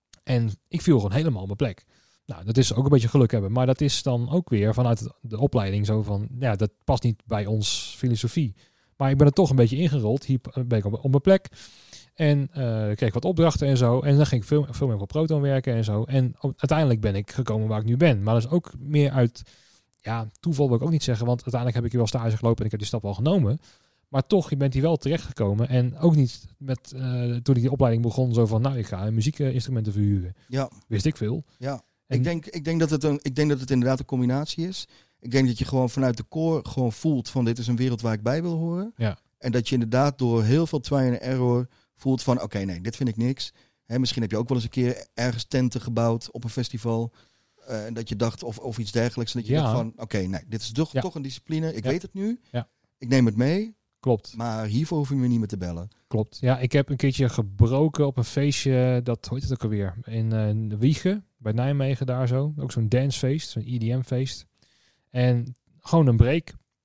S1: En ik viel gewoon helemaal op mijn plek. Nou, dat is ook een beetje geluk hebben. Maar dat is dan ook weer vanuit de opleiding zo van, ja, dat past niet bij ons filosofie. Maar ik ben er toch een beetje ingerold. Hier ben ik op, op mijn plek. En uh, kreeg wat opdrachten en zo. En dan ging ik veel, veel meer voor Proton werken en zo. En uiteindelijk ben ik gekomen waar ik nu ben. Maar dat is ook meer uit, ja, toeval wil ik ook niet zeggen. Want uiteindelijk heb ik hier wel stage gelopen en ik heb die stap wel genomen. Maar toch, je bent hier wel terechtgekomen. En ook niet met, uh, toen ik die opleiding begon, zo van, nou, ik ga muziekinstrumenten verhuren.
S2: Ja.
S1: Wist ik veel.
S2: Ja.
S1: En
S2: ik, denk, ik, denk dat het een, ik denk dat het inderdaad een combinatie is. Ik denk dat je gewoon vanuit de core gewoon voelt van, dit is een wereld waar ik bij wil horen.
S1: Ja.
S2: En dat je inderdaad door heel veel try and error voelt van, oké, okay, nee, dit vind ik niks. Hè, misschien heb je ook wel eens een keer ergens tenten gebouwd op een festival. En uh, dat je dacht, of, of iets dergelijks. En dat je
S1: ja.
S2: dacht van, oké, okay, nee, dit is toch,
S1: ja.
S2: toch een discipline. Ik
S1: ja.
S2: weet het nu.
S1: Ja.
S2: Ik neem het mee.
S1: Klopt.
S2: Maar hiervoor hoef je me niet meer te bellen.
S1: Klopt. Ja, ik heb een keertje gebroken op een feestje, dat hoe heet het ook alweer, in uh, Wiegen, bij Nijmegen daar zo. Ook zo'n dancefeest, zo'n E D M-feest. En gewoon een break.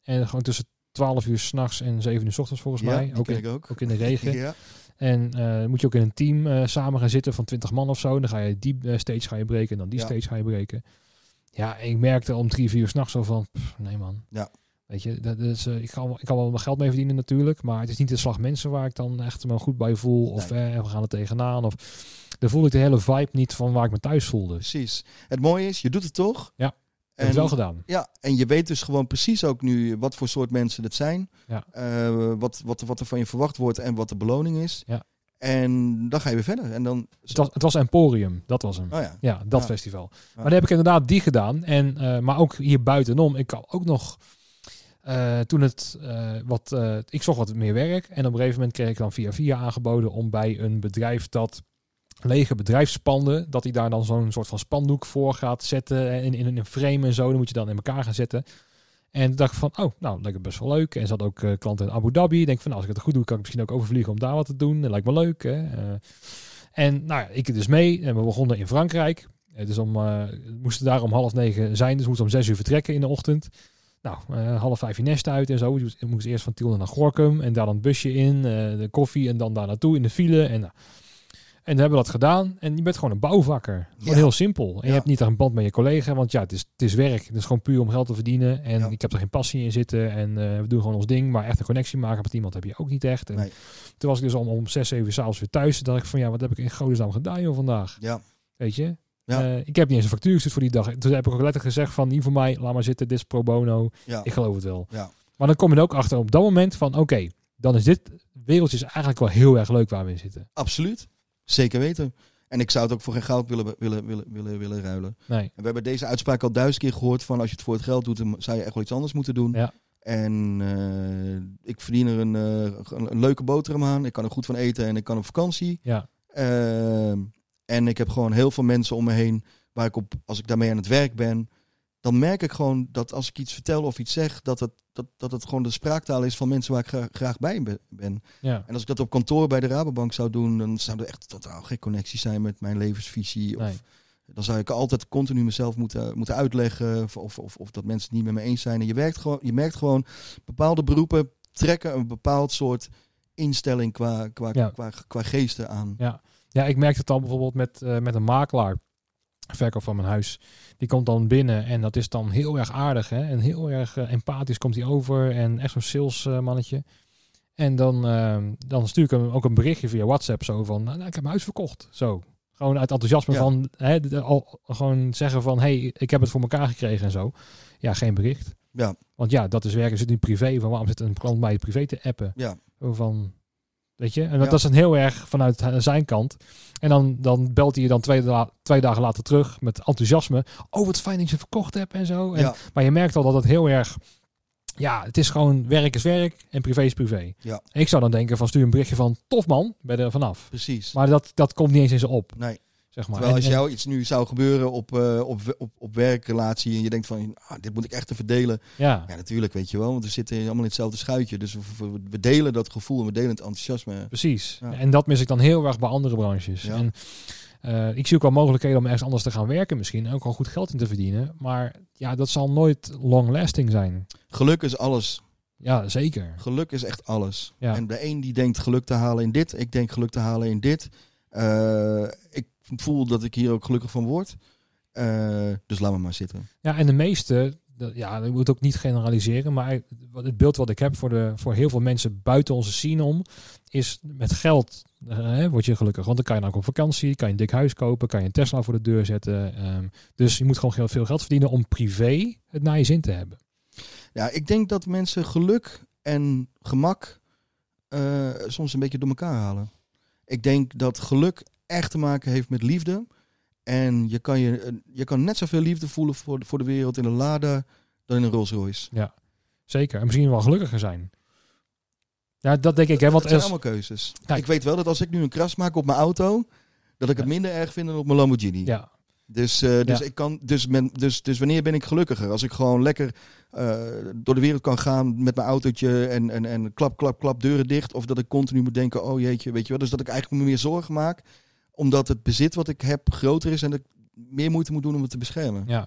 S1: En gewoon tussen twaalf uur 's nachts en zeven uur 's ochtends volgens
S2: Ja,
S1: mij.
S2: die
S1: Ook
S2: ken
S1: in,
S2: ik ook.
S1: ook in de regen.
S2: Ja.
S1: En uh, moet je ook in een team uh, samen gaan zitten van twintig man of zo. Dan ga je die uh, stage ga je breken en dan die
S2: Ja.
S1: stage ga je breken. Ja, en ik merkte om drie, vier uur 's nachts zo van, pff, nee man.
S2: Ja.
S1: Weet je, dat is, uh, ik, kan, ik kan wel mijn geld mee verdienen natuurlijk. Maar het is niet de slag mensen waar ik dan echt me goed bij voel. Of
S2: Nee.
S1: eh, we gaan er tegenaan. Of dan voel ik de hele vibe niet van waar ik me thuis voelde.
S2: Precies. Het mooie is, je doet het toch?
S1: Ja, ik heb het wel gedaan.
S2: Ja, en je weet dus gewoon precies ook nu wat voor soort mensen het zijn.
S1: Ja.
S2: Uh, wat, wat, wat er van je verwacht wordt en wat de beloning is.
S1: Ja.
S2: En dan ga je weer verder. En dan...
S1: Het was, het was Emporium, dat was hem.
S2: Oh ja.
S1: Ja, dat
S2: Ja.
S1: festival.
S2: Ja.
S1: Maar dan heb ik inderdaad die gedaan. En, uh, maar ook hier buitenom. Ik kan ook nog... Uh, toen het uh, wat... Uh, ik zocht wat meer werk. En op een gegeven moment kreeg ik dan via via aangeboden om bij een bedrijf dat lege bedrijfspanden, dat hij daar dan zo'n soort van spandoek voor gaat zetten in, in een frame en zo. Dan moet je dan in elkaar gaan zetten. En toen dacht ik van, oh, nou, lijkt het best wel leuk. En ze had ook uh, klanten in Abu Dhabi. Ik denk van, nou, als ik het goed doe, kan ik misschien ook overvliegen om daar wat te doen. Dat lijkt me leuk. Hè? Uh, en nou ja, ik dus mee. En we begonnen in Frankrijk. Uh, dus om, uh, we moesten daar om half negen zijn. Dus we moesten om zes uur vertrekken in de ochtend. Nou, uh, half vijf je nest uit en zo. Je moest eerst van Tiel naar Gorkum. En daar dan het busje in, uh, de koffie en dan daar naartoe in de file. En nou, En dan hebben we dat gedaan. En je bent gewoon een bouwvakker. Gewoon
S2: ja.
S1: heel simpel. En
S2: ja.
S1: je hebt niet echt een band met je collega. Want ja, het is, het is werk. Het is gewoon puur om geld te verdienen. En
S2: ja.
S1: ik heb er geen passie in zitten. En uh, we doen gewoon ons ding. Maar echt een connectie maken met iemand heb je ook niet echt. En
S2: nee.
S1: toen was ik dus om, om zes, zeven uur 's avonds weer thuis. Toen dacht ik van ja, wat heb ik in godesnaam gedaan joh vandaag?
S2: Ja.
S1: Weet je?
S2: Ja.
S1: Uh, ik heb niet eens een factuur gestuurd voor die dag. Toen heb ik ook letterlijk gezegd van niet voor mij. Laat maar zitten. Dit is pro bono.
S2: Ja.
S1: Ik geloof het wel.
S2: Ja.
S1: Maar dan kom je er ook achter op dat moment van oké. Okay, dan is dit wereldje is eigenlijk wel heel erg leuk waar we in zitten.
S2: Absoluut. Zeker weten. En ik zou het ook voor geen goud willen, willen, willen, willen, willen ruilen.
S1: Nee.
S2: En we hebben deze uitspraak al duizend keer gehoord van als je het voor het geld doet, dan zou je echt wel iets anders moeten doen.
S1: Ja.
S2: En uh, ik verdien er een, uh, een, een leuke boterham aan. Ik kan er goed van eten en ik kan op vakantie.
S1: Ja.
S2: Uh, en ik heb gewoon heel veel mensen om me heen waar ik op, als ik daarmee aan het werk ben, dan merk ik gewoon dat als ik iets vertel of iets zeg, dat het, dat, dat het gewoon de spraaktaal is van mensen waar ik gra- graag bij ben.
S1: Ja.
S2: En als ik dat op kantoor bij de Rabobank zou doen, dan zou er echt totaal geen connectie zijn met mijn levensvisie.
S1: Nee.
S2: Of dan zou ik altijd continu mezelf moeten, moeten uitleggen of, of, of, of dat mensen het niet met me eens zijn. En je, werkt gewoon, je merkt gewoon, bepaalde beroepen trekken een bepaald soort instelling qua, qua,
S1: ja.
S2: qua, qua geesten aan.
S1: Ja. Ja, ik merk het dan bijvoorbeeld met, uh, met een makelaar. Verkoop van mijn huis. Die komt dan binnen en dat is dan heel erg aardig. Hè? En heel erg uh, empathisch komt hij over. En echt zo'n sales uh, mannetje. En dan, uh, dan stuur ik hem ook een berichtje via WhatsApp. Zo van, nou, ik heb mijn huis verkocht. Zo. Gewoon uit enthousiasme ja. van, hè, de, de, al, gewoon zeggen van, hey, ik heb het voor elkaar gekregen en zo. Ja, geen bericht.
S2: Ja.
S1: Want ja, dat is werken. Zit in privé. Van waarom zit een klant bij je privé te appen?
S2: Ja.
S1: Van, weet je? En dat,
S2: ja.
S1: dat is een heel erg vanuit zijn kant. En dan, dan belt hij je dan twee, da- twee dagen later terug met enthousiasme. Oh, wat fijn dat je verkocht hebt en zo. En,
S2: ja.
S1: Maar je merkt al dat het heel erg... Ja, het is gewoon werk is werk en privé is privé.
S2: Ja.
S1: En ik zou dan denken van stuur een berichtje van tof man, ben er vanaf.
S2: Precies.
S1: Maar dat, dat komt niet eens in ze op.
S2: Nee.
S1: Zeg maar.
S2: Terwijl als
S1: en,
S2: jou iets nu zou gebeuren op, uh, op, op, op werkrelatie en je denkt van, ah, dit moet ik echt te verdelen.
S1: Ja.
S2: Ja, natuurlijk, weet je wel. Want we zitten allemaal in hetzelfde schuitje. Dus we, we, we delen dat gevoel en we delen het enthousiasme.
S1: Precies.
S2: Ja.
S1: En dat mis ik dan heel erg bij andere branches.
S2: Ja.
S1: En uh, ik zie ook wel mogelijkheden om ergens anders te gaan werken misschien. En ook al goed geld in te verdienen. Maar ja, dat zal nooit long lasting zijn.
S2: Geluk is alles.
S1: Ja, zeker.
S2: Geluk is echt alles.
S1: Ja.
S2: En de een die denkt geluk te halen in dit. Ik denk geluk te halen in dit. Uh, ik voel dat ik hier ook gelukkig van word. Uh, dus laat me maar zitten.
S1: Ja, en de meeste, ja, ik moet ook niet generaliseren, maar het beeld wat ik heb voor, de, voor heel veel mensen buiten onze scene om, is met geld uh, hè, word je gelukkig. Want dan kan je nou op vakantie, kan je een dik huis kopen, kan je een Tesla voor de deur zetten. Um, dus je moet gewoon veel geld verdienen om privé het naar je zin te hebben.
S2: Ja, ik denk dat mensen geluk en gemak uh, soms een beetje door elkaar halen. Ik denk dat geluk echt te maken heeft met liefde. En je kan, je, je kan net zoveel liefde voelen voor de, voor de wereld in een Lada dan in een Rolls Royce.
S1: Ja, zeker. En misschien wel gelukkiger zijn. Ja, dat denk ik. Hè, want
S2: dat zijn
S1: als...
S2: allemaal keuzes.
S1: Kijk.
S2: Ik weet wel dat als ik nu een kras maak op mijn auto, dat ik het
S1: ja.
S2: minder erg vind dan op mijn Lamborghini.
S1: Ja.
S2: Dus, uh, dus,
S1: ja.
S2: ik kan, dus, men, dus, dus wanneer ben ik gelukkiger? Als ik gewoon lekker uh, door de wereld kan gaan met mijn autootje en, en, en klap, klap, klap, deuren dicht. Of dat ik continu moet denken, oh jeetje, weet je wel. Dus dat ik eigenlijk me meer zorgen maak, omdat het bezit wat ik heb groter is en dat ik meer moeite moet doen om het te beschermen.
S1: Ja,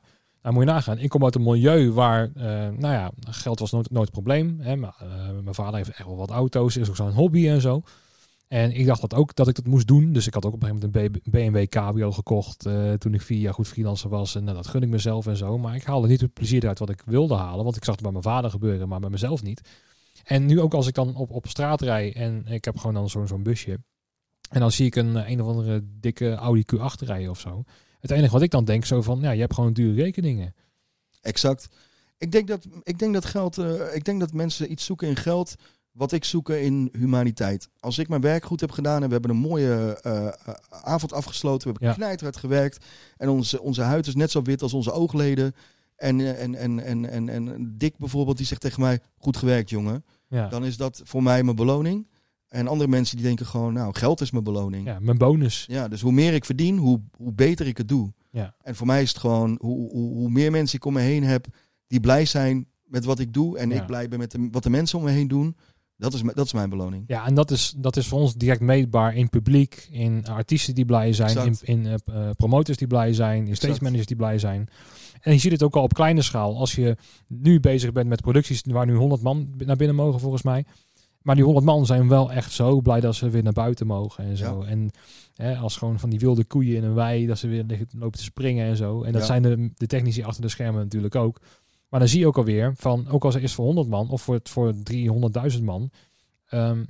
S1: Nou, moet je nagaan. Ik kom uit een milieu waar, uh, nou ja, geld was nooit, nooit een probleem. Hè? Maar, uh, mijn vader heeft echt wel wat auto's, is ook zo'n hobby en zo. En ik dacht dat ook dat ik dat moest doen. Dus ik had ook op een gegeven moment een B M W Cabrio gekocht uh, toen ik vier jaar goed freelancer was. En nou, dat gun ik mezelf en zo. Maar ik haalde niet het plezier eruit wat ik wilde halen. Want ik zag het bij mijn vader gebeuren, maar bij mezelf niet. En nu ook als ik dan op, op straat rijd en ik heb gewoon dan zo'n zo'n busje. En dan zie ik een, een of andere dikke Audi Q acht rijden of zo. Het enige wat ik dan denk zo van, ja, je hebt gewoon dure rekeningen.
S2: Exact. Ik denk dat, ik denk dat geld, uh, ik denk dat mensen iets zoeken in geld wat ik zoek in humaniteit. Als ik mijn werk goed heb gedaan en we hebben een mooie uh, avond afgesloten, we hebben ja. knijterhard gewerkt en onze, onze huid is net zo wit als onze oogleden. En, en, en, en, en, en Dick bijvoorbeeld, die zegt tegen mij, goed gewerkt jongen. Ja. Dan is dat voor mij mijn beloning. En andere mensen die denken gewoon, nou, geld is mijn beloning.
S1: Ja, mijn bonus.
S2: Ja, dus hoe meer ik verdien, hoe, hoe beter ik het doe.
S1: Ja.
S2: En voor mij is het gewoon, hoe, hoe, hoe meer mensen ik om me heen heb die blij zijn met wat ik doe. En ja. ik blij ben met de, wat de mensen om me heen doen. Dat is, dat is mijn beloning.
S1: Ja, en dat is, dat is voor ons direct meetbaar in publiek, in artiesten die blij zijn, exact. in, in uh, promotors die blij zijn, in stage managers die blij zijn. En je ziet het ook al op kleine schaal. Als je nu bezig bent met producties waar nu honderd man naar binnen mogen volgens mij. Maar die honderd man zijn wel echt zo blij dat ze weer naar buiten mogen en zo. Ja. En hè, als gewoon van die wilde koeien in een wei, dat ze weer lopen te springen en zo. En dat ja. zijn de, de technici achter de schermen natuurlijk ook. Maar dan zie je ook alweer van, ook als er is voor honderd man of voor, voor driehonderdduizend man. Um,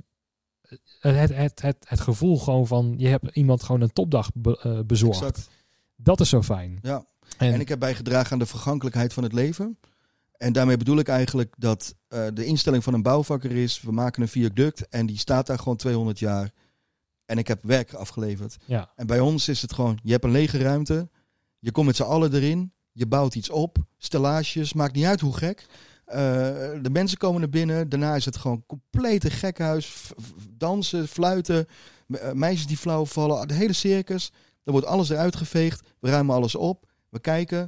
S1: het, het, het, het gevoel gewoon van, je hebt iemand gewoon een topdag be, uh, bezorgd. Exact. Dat is zo fijn.
S2: Ja. En, en ik heb bijgedragen aan de vergankelijkheid van het leven. En daarmee bedoel ik eigenlijk dat uh, de instelling van een bouwvakker is, we maken een viaduct en die staat daar gewoon tweehonderd jaar. En ik heb werk afgeleverd.
S1: Ja.
S2: En bij ons is het gewoon, je hebt een lege ruimte, je komt met z'n allen erin, je bouwt iets op, stellages, maakt niet uit hoe gek. Uh, de mensen komen er binnen, daarna is het gewoon complete gekhuis, f- f- dansen, fluiten, me- meisjes die flauw vallen, de hele circus. Dan wordt alles eruit geveegd, we ruimen alles op, we kijken.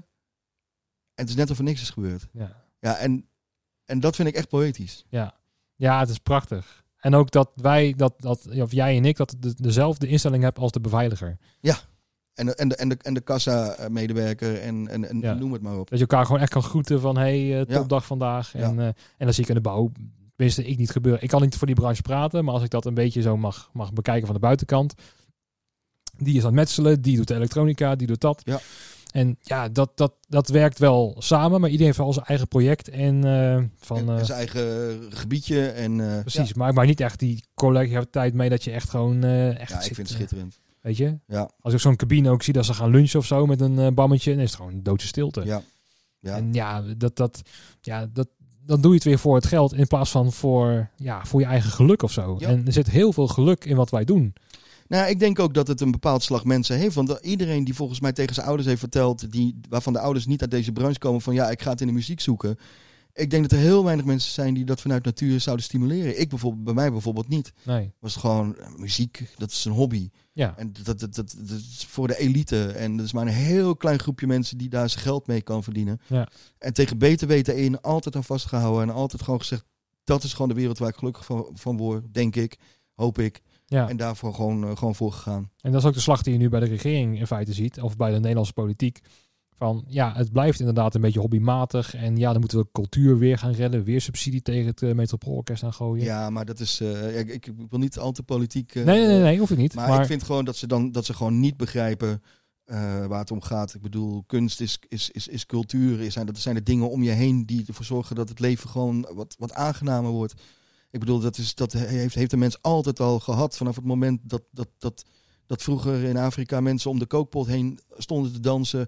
S2: En het is net of er niks is gebeurd.
S1: Ja,
S2: ja en, en dat vind ik echt poëtisch.
S1: Ja, ja, het is prachtig. En ook dat wij, dat, dat, of jij en ik, dat de, dezelfde instelling hebben als de beveiliger.
S2: Ja, en de, en de, en de, en de kassa-medewerker en, en, en ja. noem het maar op.
S1: Dat je elkaar gewoon echt kan groeten van, hey, uh, topdag
S2: ja.
S1: vandaag.
S2: Ja.
S1: En, uh, en dan zie ik in de bouw, tenminste ik niet gebeuren. Ik kan niet voor die branche praten, maar als ik dat een beetje zo mag, mag bekijken van de buitenkant. Die is aan het metselen, die doet de elektronica, die doet dat.
S2: Ja.
S1: En ja, dat, dat, dat werkt wel samen, maar iedereen heeft wel zijn eigen project en uh, van
S2: en, en
S1: uh,
S2: zijn eigen gebiedje en uh,
S1: precies,
S2: ja.
S1: maar ik maak niet echt die collegialiteit mee dat je echt gewoon uh, echt
S2: ja, ik
S1: zit,
S2: vind het schitterend.
S1: Weet je?
S2: Ja.
S1: Als ik zo'n cabine ook zie dat ze gaan lunchen of zo met een uh, bammetje, dan is het gewoon doodse stilte.
S2: Ja. Ja.
S1: En ja, dat, dat, ja, dat, dan doe je het weer voor het geld in plaats van voor, ja, voor je eigen geluk of zo.
S2: Ja.
S1: En er zit heel veel geluk in wat wij doen.
S2: Nou, ik denk ook dat het een bepaald slag mensen heeft. Want iedereen die volgens mij tegen zijn ouders heeft verteld, die, waarvan de ouders niet uit deze branche komen, van ja, ik ga het in de muziek zoeken. Ik denk dat er heel weinig mensen zijn die dat vanuit natuur zouden stimuleren. Ik bijvoorbeeld, bij mij bijvoorbeeld niet.
S1: Nee.
S2: Was het gewoon uh, muziek, dat is een hobby.
S1: Ja.
S2: En dat, dat, dat, dat is voor de elite. En dat is maar een heel klein groepje mensen die daar zijn geld mee kan verdienen.
S1: Ja.
S2: En tegen beter weten in altijd aan vastgehouden. En altijd gewoon gezegd, dat is gewoon de wereld waar ik gelukkig van, van word, denk ik, hoop ik.
S1: Ja.
S2: En daarvoor gewoon, uh, gewoon voor gegaan.
S1: En dat is ook de slag die je nu bij de regering in feite ziet, of bij de Nederlandse politiek. Van ja, het blijft inderdaad een beetje hobbymatig. En ja, dan moeten we cultuur weer gaan redden. Weer subsidie tegen het uh, Metropoolorkest aan gooien.
S2: Ja, maar dat is... Uh, ik, ik wil niet al te politiek... Uh,
S1: nee, nee, nee, nee, hoef ik niet.
S2: Maar,
S1: maar
S2: ik vind gewoon dat ze, dan, dat ze gewoon niet begrijpen uh, waar het om gaat. Ik bedoel, kunst is, is, is, is cultuur. Is, dat zijn de dingen om je heen die ervoor zorgen dat het leven gewoon wat, wat aangenamer wordt. Ik bedoel, dat, is, dat heeft, heeft de mens altijd al gehad. Vanaf het moment dat, dat, dat, dat vroeger in Afrika mensen om de kookpot heen stonden te dansen,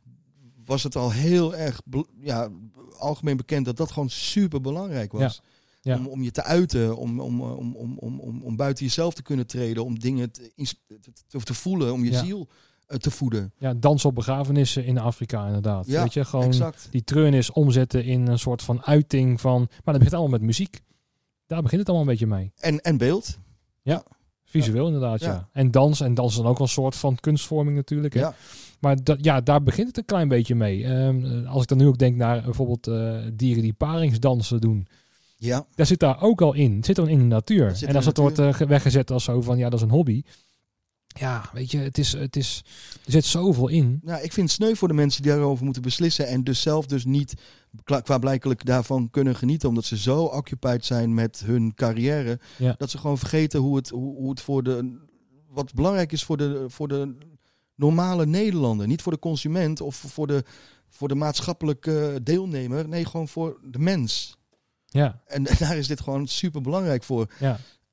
S2: was het al heel erg ja, algemeen bekend dat dat gewoon super belangrijk was. Ja. Ja. Om, om je te uiten, om, om, om, om, om, om, om buiten jezelf te kunnen treden, om dingen te, te, te voelen, om je ja. ziel uh, te voeden.
S1: Ja, dans op begrafenissen in Afrika inderdaad.
S2: Ja,
S1: weet je, gewoon
S2: exact.
S1: Die treurnis omzetten in een soort van uiting van, maar dat begint allemaal met muziek. Daar begint het allemaal een beetje mee.
S2: En, en beeld.
S1: Ja, visueel ja. inderdaad, ja. ja. En dans. En dans is dan ook wel een soort van kunstvorming natuurlijk. Hè?
S2: Ja.
S1: Maar dat, ja, daar begint het een klein beetje mee. Um, als ik dan nu ook denk naar bijvoorbeeld uh, dieren die paringsdansen doen.
S2: Ja.
S1: Daar zit daar ook al in. Het zit dan in de natuur. En als het wordt uh, weggezet als zo van, ja, dat is een hobby. Ja, weet je, het is, het is, er zit zoveel in.
S2: Nou, ik vind het sneu voor de mensen die daarover moeten beslissen en dus zelf dus niet klaarblijkelijk daarvan kunnen genieten, omdat ze zo occupied zijn met hun carrière,
S1: Ja.
S2: dat ze gewoon vergeten hoe het, hoe, hoe het voor de, wat belangrijk is voor de, voor de normale Nederlander, niet voor de consument of voor de, voor de maatschappelijke deelnemer, nee, gewoon voor de mens.
S1: Ja.
S2: En, en daar is dit gewoon super belangrijk voor.
S1: Ja.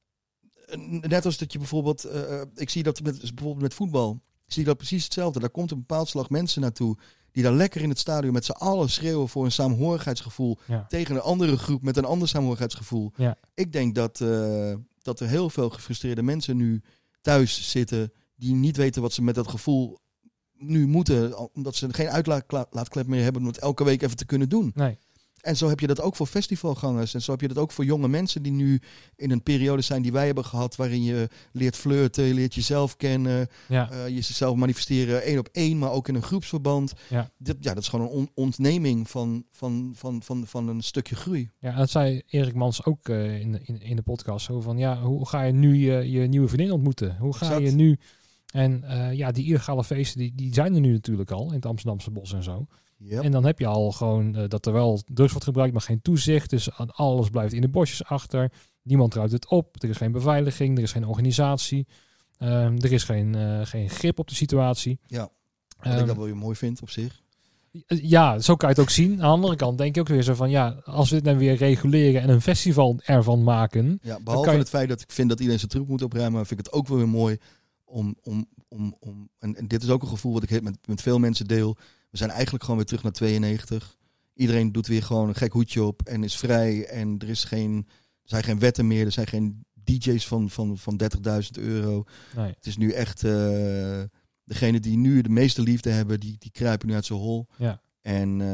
S2: Net als dat je bijvoorbeeld, uh, ik zie dat met, bijvoorbeeld met voetbal, ik zie dat precies hetzelfde. Daar komt een bepaald slag mensen naartoe die daar lekker in het stadion met z'n allen schreeuwen voor een saamhorigheidsgevoel
S1: Ja.
S2: tegen een andere groep met een ander saamhorigheidsgevoel.
S1: Ja.
S2: Ik denk dat, uh, dat er heel veel gefrustreerde mensen nu thuis zitten die niet weten wat ze met dat gevoel nu moeten, omdat ze geen uitlaatklep meer hebben om het elke week even te kunnen doen.
S1: Nee.
S2: En zo heb je dat ook voor festivalgangers. En zo heb je dat ook voor jonge mensen die nu in een periode zijn die wij hebben gehad, waarin je leert flirten, je leert jezelf kennen,
S1: Ja.
S2: uh, jezelf manifesteren één op één, maar ook in een groepsverband.
S1: Ja.
S2: Dit, ja, dat is gewoon een on- ontneming van, van, van, van, van een stukje groei.
S1: Ja, en dat zei Erik Mans ook uh, in, de, in, in de podcast. Zo van, ja, hoe ga je nu je, je nieuwe vriendin ontmoeten? Hoe ga
S2: Exact.
S1: je nu... En uh, ja, die illegale feesten, die, die zijn er nu natuurlijk al in het Amsterdamse bos en zo.
S2: Yep.
S1: En dan heb je al gewoon uh, dat er wel drugs wordt gebruikt, maar geen toezicht. Dus alles blijft in de bosjes achter. Niemand ruimt het op. Er is geen beveiliging. Er is geen organisatie. Um, er is geen, uh, geen grip op de situatie.
S2: Ja, wat
S1: Um,
S2: ik dat wel weer mooi vind op zich.
S1: Ja, zo kan je het ook zien. Aan de andere kant denk ik ook weer zo van, ja, als we het dan weer reguleren en een festival ervan maken.
S2: Ja, behalve
S1: je...
S2: het feit dat ik vind dat iedereen zijn troep moet opruimen, vind ik het ook wel weer mooi om, om, om, om en, en dit is ook een gevoel wat ik met, met veel mensen deel. We zijn eigenlijk gewoon weer terug naar tweeënnegentig. Iedereen doet weer gewoon een gek hoedje op en is vrij. En er, is geen, er zijn geen wetten meer. Er zijn geen D J's van, van, van dertigduizend euro.
S1: Nee.
S2: Het is nu echt... Uh, degene die nu de meeste liefde hebben, die, die kruipen nu uit zijn hol.
S1: Ja.
S2: En uh,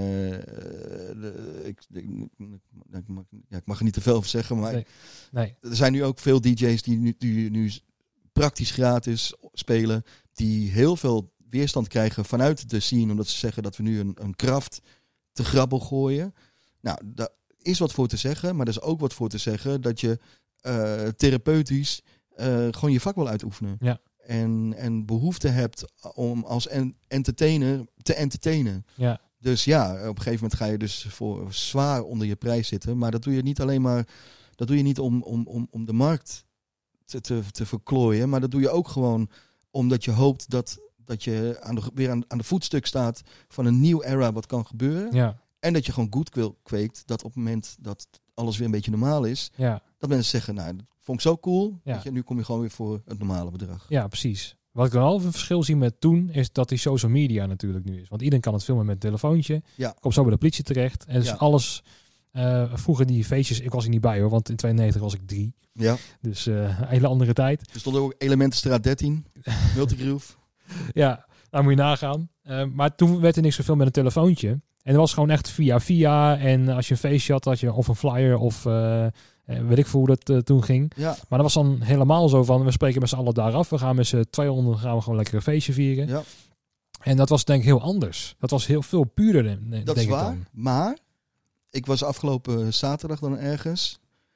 S2: de, ik, ik, ik, mag, ja, ik mag er niet te veel over zeggen, maar
S1: Nee. Nee.
S2: er zijn nu ook veel D J's die nu, die nu praktisch gratis spelen, die heel veel weerstand krijgen vanuit de scene, omdat ze zeggen dat we nu een, een kracht te grabbel gooien. Nou, daar is wat voor te zeggen, maar er is ook wat voor te zeggen dat je uh, therapeutisch uh, gewoon je vak wil uitoefenen.
S1: Ja.
S2: En, en behoefte hebt om als en, entertainer te entertainen.
S1: Ja.
S2: Dus ja, op een gegeven moment ga je dus voor zwaar onder je prijs zitten. Maar dat doe je niet alleen maar, dat doe je niet om, om, om, om de markt te, te, te verklooien. Maar dat doe je ook gewoon omdat je hoopt dat, dat je aan de, weer aan, aan de voetstuk staat van een nieuw era wat kan gebeuren.
S1: Ja.
S2: En dat je gewoon goodwill kweekt dat op het moment dat alles weer een beetje normaal is,
S1: Ja.
S2: dat mensen zeggen, nou, dat vond ik zo cool.
S1: Ja.
S2: Weet je, nu kom je gewoon weer voor het normale bedrag.
S1: Ja, precies. Wat ik dan al een verschil zie met toen, is dat die social media natuurlijk nu is. Want iedereen kan het filmen met een telefoontje.
S2: Ja.
S1: Komt zo bij de politie terecht. En dus
S2: Ja.
S1: alles... Uh, vroeger die feestjes, ik was er niet bij hoor, want in tweeënnegentig was ik drie.
S2: Ja.
S1: Dus uh, een hele andere tijd.
S2: Er stond ook Elementenstraat dertien, Multigroove.
S1: Ja, daar moet je nagaan. Uh, maar toen werd er niks zoveel met een telefoontje. En dat was gewoon echt via via. En als je een feestje had, had je of een flyer of uh, weet ik veel hoe dat uh, toen ging.
S2: Ja.
S1: Maar dat was dan helemaal zo van, we spreken met z'n allen daar af. We gaan met z'n tweehonderd gaan we gewoon lekker een feestje vieren.
S2: Ja.
S1: En dat was denk ik heel anders. Dat was heel veel puurder. Denk
S2: Dat is waar,
S1: dan.
S2: maar ik was afgelopen zaterdag dan ergens.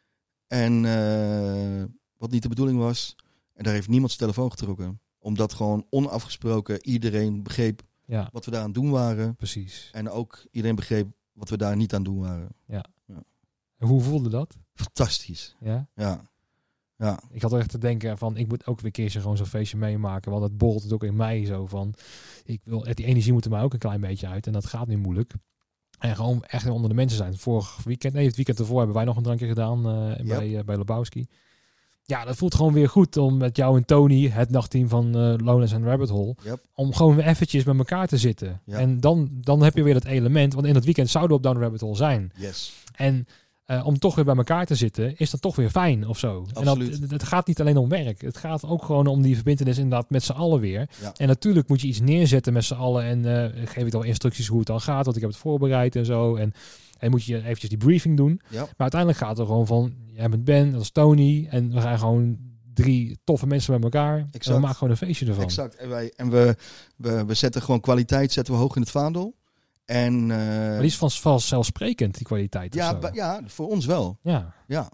S2: En uh, wat niet de bedoeling was, en daar heeft niemand zijn telefoon getrokken. Omdat gewoon onafgesproken iedereen begreep
S1: Ja.
S2: wat we daar aan het doen waren.
S1: Precies.
S2: En ook iedereen begreep wat we daar niet aan het doen waren.
S1: Ja.
S2: Ja.
S1: En hoe voelde dat?
S2: Fantastisch.
S1: Ja.
S2: Ja. Ja.
S1: Ik had echt te denken van, ik moet ook weer een keertje gewoon zo'n feestje meemaken. Want het borrelt het ook in mij zo van, ik wil, die energie moet er mij ook een klein beetje uit. En dat gaat nu moeilijk. En gewoon echt onder de mensen zijn. Vorig weekend, nee, het weekend ervoor hebben wij nog een drankje gedaan uh,
S2: Yep.
S1: bij, uh, bij Lebowski. Ja, dat voelt gewoon weer goed om met jou en Tony, het nachtteam van uh, Lowlands en Rabbit Hole,
S2: Yep.
S1: om gewoon weer eventjes met elkaar te zitten.
S2: Ja.
S1: En dan, dan heb je weer dat element, want in het weekend zouden we op Down Rabbit Hole zijn.
S2: Yes.
S1: En uh, om toch weer bij elkaar te zitten, is dat toch weer fijn of zo.
S2: Absoluut.
S1: En dat, het gaat niet alleen om werk. Het gaat ook gewoon om die verbintenis inderdaad met z'n allen weer.
S2: Ja.
S1: En natuurlijk moet je iets neerzetten met z'n allen. En uh, geef ik dan instructies hoe het dan gaat, want ik heb het voorbereid en zo. En, en moet je eventjes die briefing doen.
S2: Ja.
S1: Maar uiteindelijk gaat het er gewoon van, jij bent Ben, dat is Tony. En we gaan gewoon drie toffe mensen met elkaar.
S2: Exact.
S1: En we maken gewoon een feestje ervan.
S2: Exact. En, wij, en we, we, we zetten gewoon kwaliteit zetten we hoog in het vaandel. En, uh,
S1: maar die is van, vanzelfsprekend, die kwaliteit.
S2: ja,
S1: of zo.
S2: ba- ja, voor ons wel.
S1: Ja.
S2: Ja.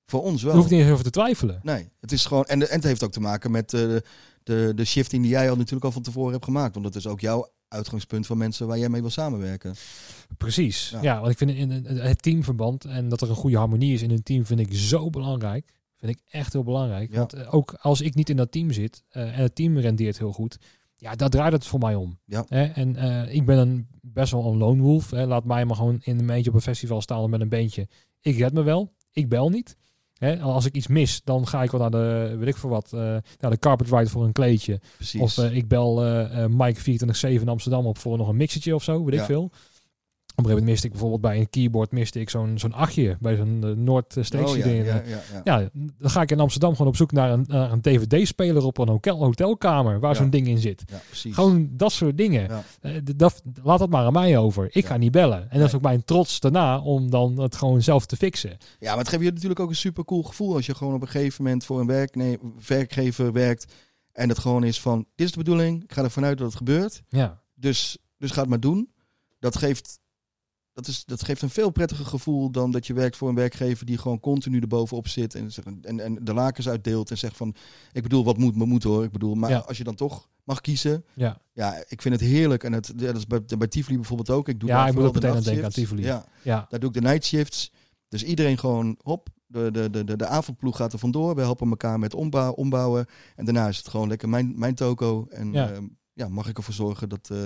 S2: Voor ons wel.
S1: Daar hoef ik niet eens over te twijfelen.
S2: Nee, het is gewoon... En, en het heeft ook te maken met uh, de, de shifting die jij al natuurlijk al van tevoren hebt gemaakt. Want dat is ook jouw uitgangspunt van mensen waar jij mee wil samenwerken.
S1: Precies.
S2: Ja,
S1: ja want ik vind in het teamverband en dat er een goede harmonie is in een team vind ik zo belangrijk. Vind ik echt heel belangrijk.
S2: Ja.
S1: Want uh, ook als ik niet in dat team zit uh, en het team rendeert heel goed, ja, daar draait het voor mij om.
S2: Ja.
S1: Hè? En uh, ik ben een, best wel een lone wolf. Hè? Laat mij maar gewoon in een eentje op een festival staan met een beentje. Ik red me wel. Ik bel niet. Hè? Als ik iets mis, dan ga ik wel naar de, weet ik voor wat, uh, naar de carpet ride voor een kleedje.
S2: Precies.
S1: Of uh, ik bel uh, uh, Mike vierentwintig zeven in Amsterdam op voor nog een mixertje of zo, weet
S2: Ja.
S1: ik veel. Op een gegeven moment miste ik bijvoorbeeld bij een keyboard miste ik zo'n zo'n achtje bij zo'n uh, Noord-Steekse
S2: oh, ja,
S1: ding.
S2: ja, ja, ja.
S1: Ja, dan ga ik in Amsterdam gewoon op zoek naar een, naar een D V D-speler op een hotel, hotelkamer waar
S2: Ja.
S1: zo'n ding in zit.
S2: Ja, precies.
S1: Gewoon dat soort dingen.
S2: Ja.
S1: Uh, d- dat, laat dat maar aan mij over. Ik
S2: Ja.
S1: ga niet bellen. En
S2: Nee.
S1: dat is ook mijn trots daarna om dan het gewoon zelf te fixen.
S2: Ja, maar het geeft je natuurlijk ook een super cool gevoel als je gewoon op een gegeven moment voor een werk, nee, werkgever werkt en het gewoon is van, dit is de bedoeling, ik ga ervan uit dat het gebeurt,
S1: Ja,
S2: dus, dus ga het maar doen. Dat geeft, dat, is, dat geeft een veel prettiger gevoel dan dat je werkt voor een werkgever die gewoon continu erbovenop zit en, en, en de lakens uitdeelt en zegt van, ik bedoel, wat moet, maar moet hoor, ik bedoel, maar
S1: Ja.
S2: als je dan toch mag kiezen,
S1: ja.
S2: ja, ik vind het heerlijk en het, ja, dat is bij, bij Tivoli bijvoorbeeld ook. Ik doe
S1: Ja,
S2: daar
S1: ik moet
S2: vooral
S1: ook
S2: de
S1: meteen aan denken
S2: nachtshifts.
S1: aan Tivoli.
S2: Ja.
S1: ja.
S2: Daar doe ik de night shifts. Dus iedereen gewoon, hop, de, de, de, de, de avondploeg gaat er vandoor. We helpen elkaar met ombouw, ombouwen. En daarna is het gewoon lekker mijn, mijn toko. En
S1: Ja.
S2: ja. ja, mag ik ervoor zorgen dat, uh,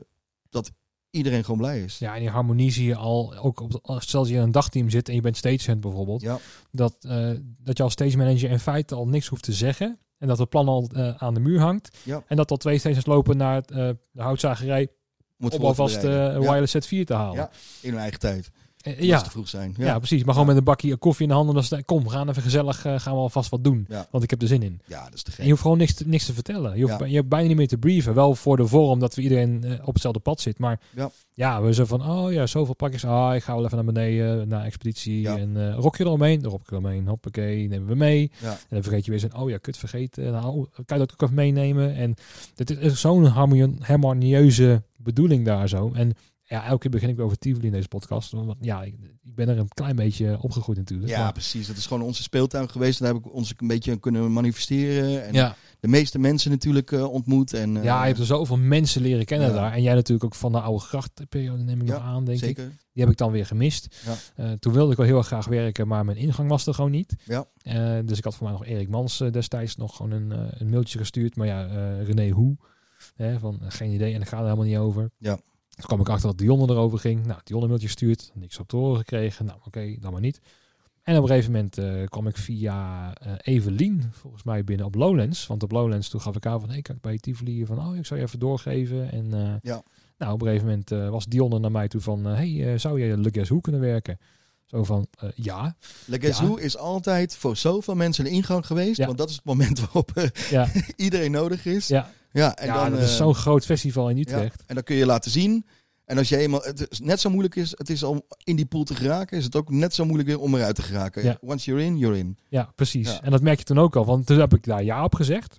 S2: dat iedereen gewoon blij is.
S1: Ja, en die harmonie zie je al, ook op, stel dat je in een dagteam zit en je bent stagehand bijvoorbeeld,
S2: Ja,
S1: dat, uh, dat je als stage manager in feite al niks hoeft te zeggen en dat het plan al uh, aan de muur hangt
S2: Ja.
S1: en dat al twee stages lopen naar het, uh, de houtzagerij
S2: om het
S1: om
S2: voor te
S1: alvast uh,
S2: bereiden.
S1: een
S2: Ja.
S1: wireless Z vier te halen.
S2: Ja, in hun eigen tijd.
S1: Uh,
S2: Dat
S1: ja.
S2: ze te vroeg zijn.
S1: Ja.
S2: Ja,
S1: precies. Maar gewoon met een bakje koffie in de handen. Dan sta- kom, we gaan even gezellig, uh, gaan we alvast wat doen.
S2: Ja.
S1: Want ik heb er zin in.
S2: ja dat is te
S1: En
S2: gek.
S1: je hoeft gewoon niks te, niks te vertellen. Je, hoeft,
S2: Ja.
S1: je hebt bijna niet meer te brieven. Wel voor de vorm dat we iedereen uh, op hetzelfde pad zit. Maar
S2: Ja.
S1: ja, we zijn van, oh ja, zoveel pakjes. Ah, ik ga wel even naar beneden, naar expeditie.
S2: Ja.
S1: En uh, rok je eromheen? Rok je eromheen. Hoppakee, nemen we mee.
S2: Ja.
S1: En dan vergeet je weer zo'n, oh ja, kut, vergeten. Nou, kan je dat ook even meenemen? En het is zo'n harmonio- harmonieuze bedoeling daar zo. En ja, elke keer begin ik weer over Tivoli in deze podcast. Want ja, ik, ik ben er een klein beetje opgegroeid natuurlijk.
S2: Ja,
S1: maar,
S2: precies. Het is gewoon onze speeltuin geweest. Daar heb ik ons een beetje kunnen manifesteren. En
S1: ja.
S2: de meeste mensen natuurlijk uh, ontmoet. En, uh,
S1: ja, je hebt er zoveel mensen leren kennen
S2: Ja.
S1: daar. En jij natuurlijk ook van de oude grachtperiode neem ik
S2: Ja,
S1: nog aan, denk
S2: zeker.
S1: ik. Die heb ik dan weer gemist.
S2: Ja.
S1: Uh, toen wilde ik wel heel erg graag werken, maar mijn ingang was er gewoon niet.
S2: Ja.
S1: Uh, dus ik had voor mij nog Erik Mans uh, destijds nog gewoon een, uh, een mailtje gestuurd. Maar ja, uh, René Hoe, hè, van uh, geen idee en daar gaat er helemaal niet over.
S2: Ja.
S1: Toen kwam ik achter dat Dionne erover ging. Nou, Dionne een mailtje stuurt, niks op te horen gekregen. Nou, oké, okay, dan maar niet. En op een gegeven moment uh, kwam ik via uh, Evelien volgens mij binnen op Lowlands. Want op Lowlands toen gaf ik aan van, hey, kan ik bij Tivoli van, oh, ik zou je even doorgeven. En uh,
S2: Ja.
S1: nou, op een gegeven moment uh, was Dionne naar mij toe van, uh, hey, uh, zou jij Le Guess Who kunnen werken? Zo van, uh, ja.
S2: Le Guess
S1: Ja.
S2: Who is altijd voor zoveel mensen een ingang geweest.
S1: Ja.
S2: Want dat is het moment waarop uh,
S1: Ja,
S2: iedereen nodig is.
S1: ja.
S2: Ja, en
S1: ja
S2: dan,
S1: dat is
S2: uh,
S1: zo'n groot festival in Utrecht.
S2: Ja, en dan kun je laten zien. En als je eenmaal, het is net zo moeilijk is, het is om in die pool te geraken, is het ook net zo moeilijk weer om eruit te geraken.
S1: Ja.
S2: Once you're in, you're in.
S1: Ja, precies.
S2: Ja.
S1: En dat merk je toen ook al, want toen heb ik daar ja op gezegd.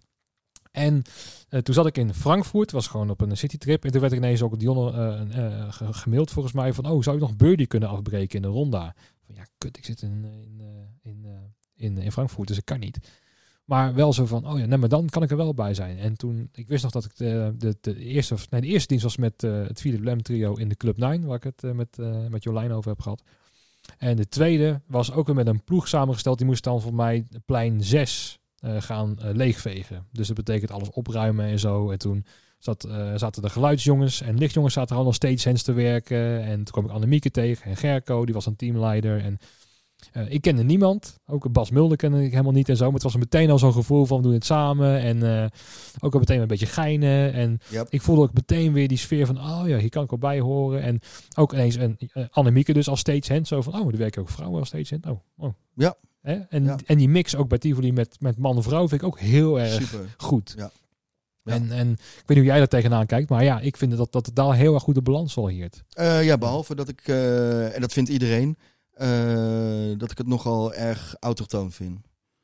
S1: En uh, toen zat ik in Frankfurt, was gewoon op een citytrip. En toen werd ik ineens ook Dionne uh, uh, ge- gemaild volgens mij van, oh, zou je nog birdie kunnen afbreken in de ronda? Van, ja, kut, ik zit in, in, uh, in, uh, in, in Frankfurt, dus ik kan niet. Maar wel zo van, oh ja, nee, maar dan kan ik er wel bij zijn. En toen, ik wist nog dat ik de, de, de eerste, nee, de eerste dienst was met uh, het Philip Lem trio in de Club nine, waar ik het uh, met, uh, met Jolijn over heb gehad. En de tweede was ook weer met een ploeg samengesteld. Die moest dan voor mij plein zes uh, gaan uh, leegvegen. Dus dat betekent alles opruimen en zo. En toen zat, uh, zaten de geluidsjongens en lichtjongens zaten al nog steeds hands te werken. En toen kwam ik Annemieke tegen en Gerco, die was een teamleider. En uh, ik kende niemand. Ook Bas Mulder kende ik helemaal niet en zo. Maar het was meteen al zo'n gevoel van we doen het samen. En uh, ook al meteen een beetje geinen. En
S2: Yep.
S1: ik voelde ook meteen weer die sfeer van, oh ja, hier kan ik wel bij horen. En ook ineens een uh, Annemieke dus als stagehand. Zo van, oh, er werken ook vrouwen als stagehand. Oh, oh.
S2: Ja.
S1: Hè? En,
S2: Ja.
S1: en die mix ook bij Tivoli met, met man en vrouw vind ik ook heel erg
S2: Super.
S1: goed.
S2: Ja. Ja.
S1: En, en ik weet niet hoe jij daar tegenaan kijkt. Maar ja, ik vind dat, dat het daar heel erg goed de balans wel heert.
S2: Uh, ja, behalve dat ik, uh, en dat vindt iedereen, uh, dat ik het nogal erg autochtoon vind.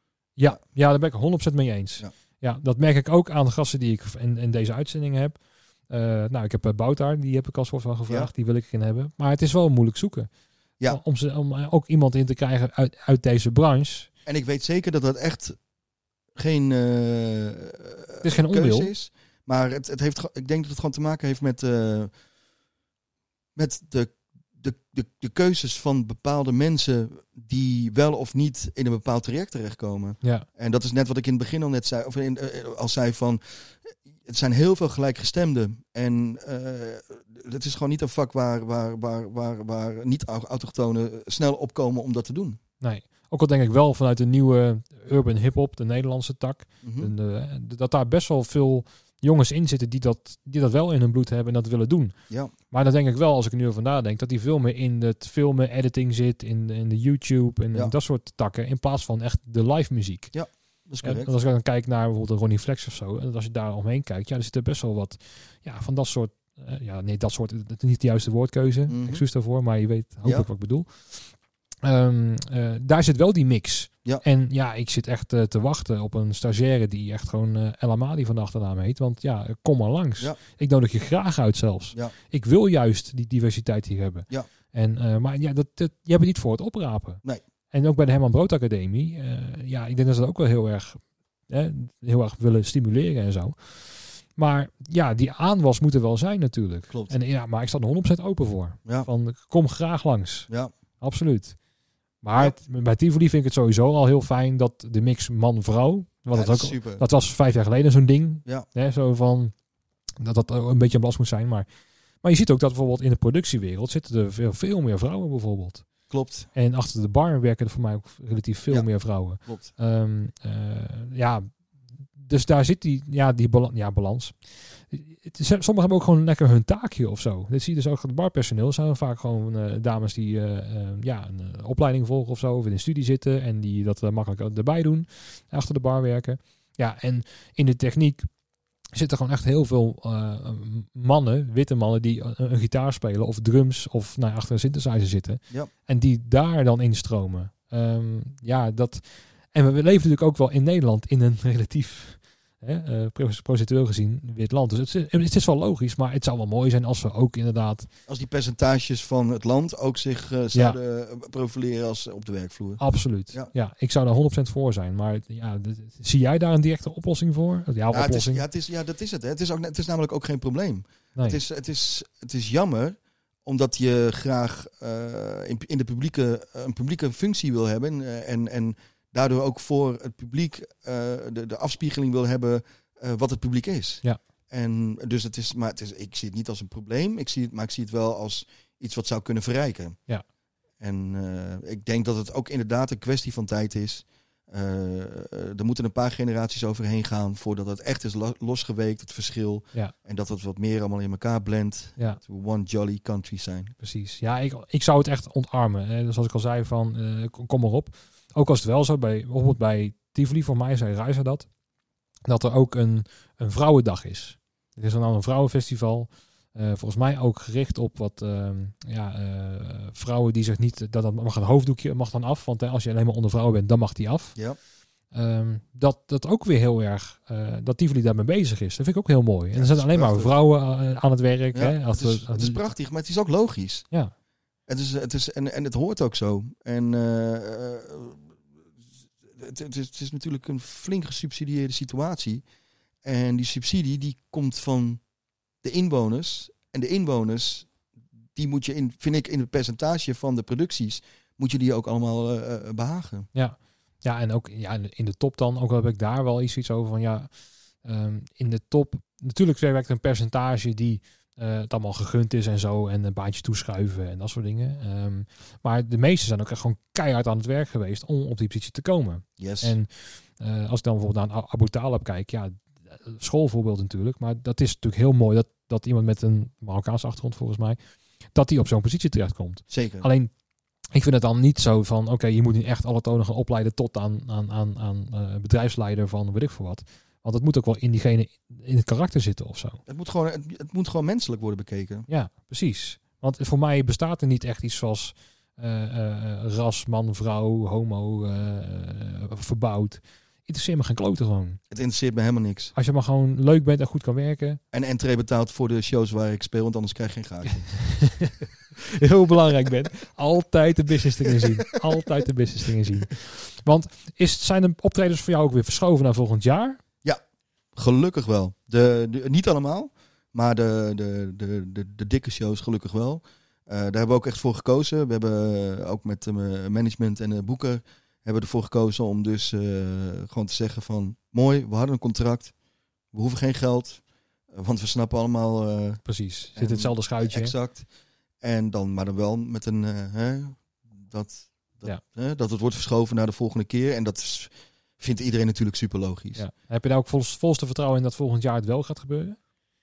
S1: Ja, ja, daar ben ik honderd procent mee eens.
S2: Ja.
S1: Ja, dat merk ik ook aan de gasten die ik in, in deze uitzending heb. Uh, nou, ik heb uh, Boutar, die heb ik als soort van gevraagd.
S2: Ja.
S1: Die wil ik erin hebben. Maar het is wel moeilijk zoeken.
S2: Ja.
S1: Om, ze, om ook iemand in te krijgen uit, uit deze branche.
S2: En ik weet zeker dat dat echt geen, uh,
S1: het is geen onwil.
S2: is. Maar het, het heeft, ik denk dat het gewoon te maken heeft met, uh, met de, de, de, de keuzes van bepaalde mensen die wel of niet in een bepaald traject terechtkomen.
S1: Ja.
S2: En dat is net wat ik in het begin al net zei, of in, uh, al zei van, het zijn heel veel gelijkgestemden. En uh, het is gewoon niet een vak waar, waar, waar, waar, waar niet-autochtonen snel opkomen om dat te doen.
S1: Nee. Ook al denk ik wel vanuit de nieuwe urban hip-hop, de Nederlandse tak,
S2: Mm-hmm.
S1: de, de, dat daar best wel veel jongens in zitten die dat, die dat wel in hun bloed hebben en dat willen doen.
S2: Ja.
S1: Maar dan denk ik wel, als ik er nu over nadenk, dat die veel meer in het filmen, editing zit, in, in de YouTube en,
S2: Ja.
S1: en dat soort takken, in plaats van echt de live muziek.
S2: Ja, dat is
S1: En
S2: correct.
S1: als ik dan kijk naar bijvoorbeeld een Ronnie Flex of zo, en als je daar omheen kijkt, ja, er zitten best wel wat ja, van dat soort, uh, ja, nee, dat soort, het is niet de juiste woordkeuze,
S2: Mm-hmm.
S1: excuus daarvoor, maar je weet hopelijk
S2: Ja.
S1: wat ik bedoel. Um, uh, daar zit wel die mix.
S2: Ja.
S1: En ja, ik zit echt uh, te wachten op een stagiaire die echt gewoon uh, El Amadi van de achternaam heet. Want ja, kom maar langs.
S2: Ja.
S1: Ik nodig je graag uit zelfs.
S2: Ja.
S1: Ik wil juist die diversiteit hier hebben.
S2: Ja.
S1: En, uh, maar ja, dat, dat, je hebt het niet voor het oprapen.
S2: Nee.
S1: En ook bij de Herman Brood Academie. Uh, ja, ik denk dat ze dat ook wel heel erg, hè, heel erg willen stimuleren en zo. Maar ja, die aanwas moet er wel zijn natuurlijk.
S2: Klopt.
S1: En ja, maar ik sta er honderd procent open voor.
S2: Ja.
S1: Van, kom graag langs.
S2: Ja.
S1: Absoluut. Maar
S2: Ja.
S1: het, bij Tivoli vind ik het sowieso al heel fijn dat de mix man-vrouw, want
S2: Ja,
S1: dat,
S2: dat
S1: ook,
S2: is super.
S1: dat was vijf jaar geleden zo'n ding.
S2: Ja.
S1: Hè, zo van, dat dat een beetje een balans moet zijn. Maar, maar je ziet ook dat bijvoorbeeld in de productiewereld zitten er veel, veel meer vrouwen bijvoorbeeld.
S2: Klopt.
S1: En achter de bar werken er voor mij ook relatief veel
S2: Ja.
S1: meer vrouwen.
S2: Klopt.
S1: Um, uh, ja, dus daar zit die, ja, die bala- ja, balans. Het is, sommigen hebben ook gewoon lekker hun taakje of zo. Dit zie je dus ook het barpersoneel. Zijn vaak gewoon uh, dames die uh, uh, ja, een uh, opleiding volgen of zo. Of in een studie zitten. En die dat uh, makkelijk erbij doen. Achter de bar werken. Ja, en in de techniek zitten gewoon echt heel veel uh, mannen, witte mannen, die een, een gitaar spelen. Of drums. Of nou, achter een synthesizer zitten.
S2: Ja.
S1: En die daar dan instromen. Um, ja, dat... En we leven natuurlijk ook wel in Nederland in een relatief... Hè, uh, procentueel gezien wit land. Dus het is, het is wel logisch, maar het zou wel mooi zijn als we ook inderdaad...
S2: Als die percentages van het land ook zich uh, zouden ja. profileren als op de werkvloer.
S1: Absoluut. Ja, ja ik zou daar honderd procent voor zijn. Maar ja, d- zie jij daar een directe oplossing voor? Ja,
S2: ja,
S1: oplossing.
S2: Het is, ja, het is, ja dat is het. Hè. Het, is ook, het is namelijk ook geen probleem. Nee. Het, is, het, is, het is jammer omdat je graag uh, in, in de publieke, een publieke functie wil hebben uh, en... en daardoor ook voor het publiek uh, de, de afspiegeling wil hebben uh, wat het publiek is.
S1: Ja.
S2: En dus het is, maar het is, ik zie het niet als een probleem, ik zie het, maar ik zie het wel als iets wat zou kunnen verrijken.
S1: Ja.
S2: En uh, ik denk dat het ook inderdaad een kwestie van tijd is. Uh, er moeten een paar generaties overheen gaan voordat het echt is lo- losgeweekt, het verschil.
S1: Ja.
S2: En dat het wat meer allemaal in elkaar blendt.
S1: Ja.
S2: Dat we one jolly country zijn.
S1: Precies. Ja, ik, ik zou het echt ontarmen. Hè. Dus zoals ik al zei, van uh, kom maar op. Ook als het wel zo, bij, bijvoorbeeld bij Tivoli, voor mij zei Ruijzer dat, dat er ook een, een vrouwendag is. Het is dan een vrouwenfestival. Uh, volgens mij ook gericht op wat uh, ja, uh, vrouwen die zich niet... Dat, dat mag een hoofddoekje mag dan af. Want uh, als je alleen maar onder vrouwen bent, dan mag die af.
S2: Ja.
S1: Um, dat dat ook weer heel erg... Uh, dat Tivoli daarmee bezig is. Dat vind ik ook heel mooi. En er zijn alleen
S2: prachtig.
S1: maar vrouwen uh, aan het werk.
S2: Ja,
S1: hè, als
S2: het, is,
S1: we,
S2: het is prachtig, maar het is ook logisch.
S1: Ja.
S2: Het is, het is, en, en het hoort ook zo. En uh, uh, het, het, is, het is natuurlijk een flink gesubsidieerde situatie. En die subsidie die komt van de inwoners. En de inwoners, die moet je, in, vind ik, in het percentage van de producties, moet je die ook allemaal uh, behagen.
S1: Ja. Ja, en ook ja, in de top dan, ook al heb ik daar wel iets, iets over van ja, um, in de top, natuurlijk werkt een percentage die uh, het allemaal gegund is en zo en een baantje toeschuiven en dat soort dingen. Um, maar de meesten zijn ook echt gewoon keihard aan het werk geweest om op die positie te komen.
S2: Yes.
S1: En uh, als ik dan bijvoorbeeld naar Abu Talib kijk, ja, schoolvoorbeeld natuurlijk, maar dat is natuurlijk heel mooi dat, dat iemand met een Marokkaanse achtergrond volgens mij, dat die op zo'n positie terechtkomt.
S2: Zeker.
S1: Alleen, ik vind het dan niet zo van, oké, okay, je moet nu echt alle tonen gaan opleiden tot aan, aan, aan, aan uh, bedrijfsleider van weet ik veel wat. Want het moet ook wel in diegene, in het karakter zitten of zo.
S2: Het moet gewoon, het, het moet gewoon menselijk worden bekeken.
S1: Ja, precies. Want voor mij bestaat er niet echt iets zoals uh, uh, ras, man, vrouw, homo, uh, verbouwd. interesseert me geen kloten gewoon.
S2: Het interesseert me helemaal niks.
S1: Als je maar gewoon leuk bent en goed kan werken.
S2: En entree betaalt voor de shows waar ik speel, want anders krijg je geen gaatje.
S1: Heel belangrijk bent. Altijd de business dingen zien. Altijd de business dingen zien. Want is, zijn de optredens voor jou ook weer verschoven naar volgend jaar?
S2: Ja, gelukkig wel. De, de, niet allemaal, maar de, de, de, de, de dikke shows gelukkig wel. Uh, daar hebben we ook echt voor gekozen. We hebben uh, ook met uh, management en uh, boeker hebben we ervoor gekozen om dus uh, gewoon te zeggen van mooi, we hadden een contract. We hoeven geen geld, uh, want we snappen allemaal... Uh,
S1: Precies, zit hetzelfde schuitje.
S2: Exact. En dan maar dan wel met een... Uh, hè, dat, dat,
S1: ja.
S2: hè, dat het wordt verschoven naar de volgende keer. En dat is, vindt iedereen natuurlijk super logisch.
S1: Ja. Heb je daar ook vol, volste vertrouwen in dat volgend jaar het wel gaat gebeuren?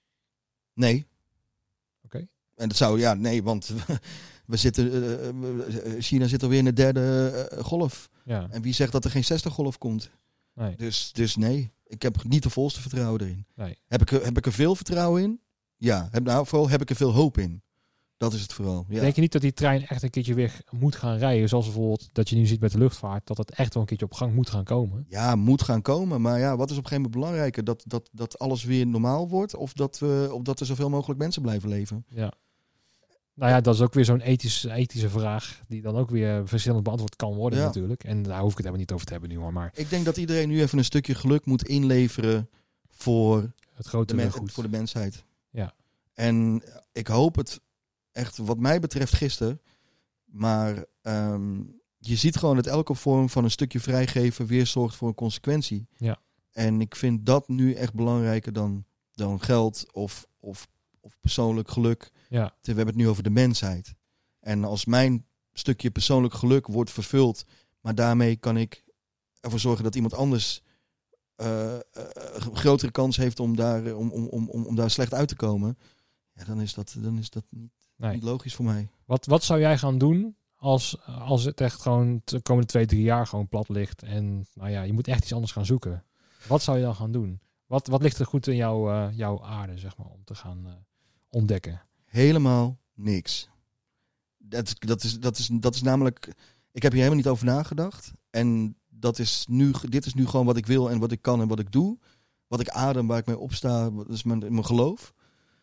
S2: Nee.
S1: Oké. Okay.
S2: En dat zou, ja, nee, want we zitten, uh, China zit alweer in de derde uh, golf.
S1: Ja.
S2: En wie zegt dat er geen zesde golf komt?
S1: Nee.
S2: Dus, dus nee, ik heb niet de volste vertrouwen erin.
S1: Nee.
S2: Heb ik, er, heb ik er veel vertrouwen in? Ja. Heb, nou, vooral heb ik er veel hoop in. Dat is het vooral. Ja.
S1: Denk je niet dat die trein echt een keertje weer moet gaan rijden? Zoals bijvoorbeeld dat je nu ziet met de luchtvaart. Dat het echt wel een keertje op gang moet gaan komen?
S2: Ja, moet gaan komen. Maar ja, wat is op een gegeven moment belangrijker? Dat, dat, dat alles weer normaal wordt? Of dat, we, of dat er zoveel mogelijk mensen blijven leven?
S1: Ja. Nou ja, dat is ook weer zo'n ethische, ethische vraag. Die dan ook weer verschillend beantwoord kan worden ja. natuurlijk. En daar hoef ik het helemaal niet over te hebben nu hoor. Maar
S2: ik denk dat iedereen nu even een stukje geluk moet inleveren voor,
S1: het grote
S2: de, men-
S1: goed.
S2: voor de mensheid.
S1: Ja.
S2: En ik hoop het echt wat mij betreft gisteren. Maar um, je ziet gewoon dat elke vorm van een stukje vrijgeven weer zorgt voor een consequentie.
S1: Ja.
S2: En ik vind dat nu echt belangrijker dan, dan geld of, of, of persoonlijk geluk.
S1: Ja.
S2: We hebben het nu over de mensheid. En als mijn stukje persoonlijk geluk wordt vervuld, maar daarmee kan ik ervoor zorgen dat iemand anders uh, uh, een grotere kans heeft om daar, om, om, om, om daar slecht uit te komen. Ja, dan is dat, dan is dat niet, nee. niet logisch voor mij.
S1: Wat, wat zou jij gaan doen als, als het echt gewoon de komende twee, drie jaar gewoon plat ligt en nou ja, je moet echt iets anders gaan zoeken? Wat zou je dan gaan doen? Wat, wat ligt er goed in jouw, uh, jouw aarde, zeg maar, om te gaan uh, ontdekken?
S2: Helemaal niks. Dat, dat, is, dat, is, dat is namelijk... Ik heb hier helemaal niet over nagedacht. En dat is nu, dit is nu gewoon wat ik wil en wat ik kan en wat ik doe. Wat ik adem, waar ik mee opsta, dat is mijn, mijn geloof.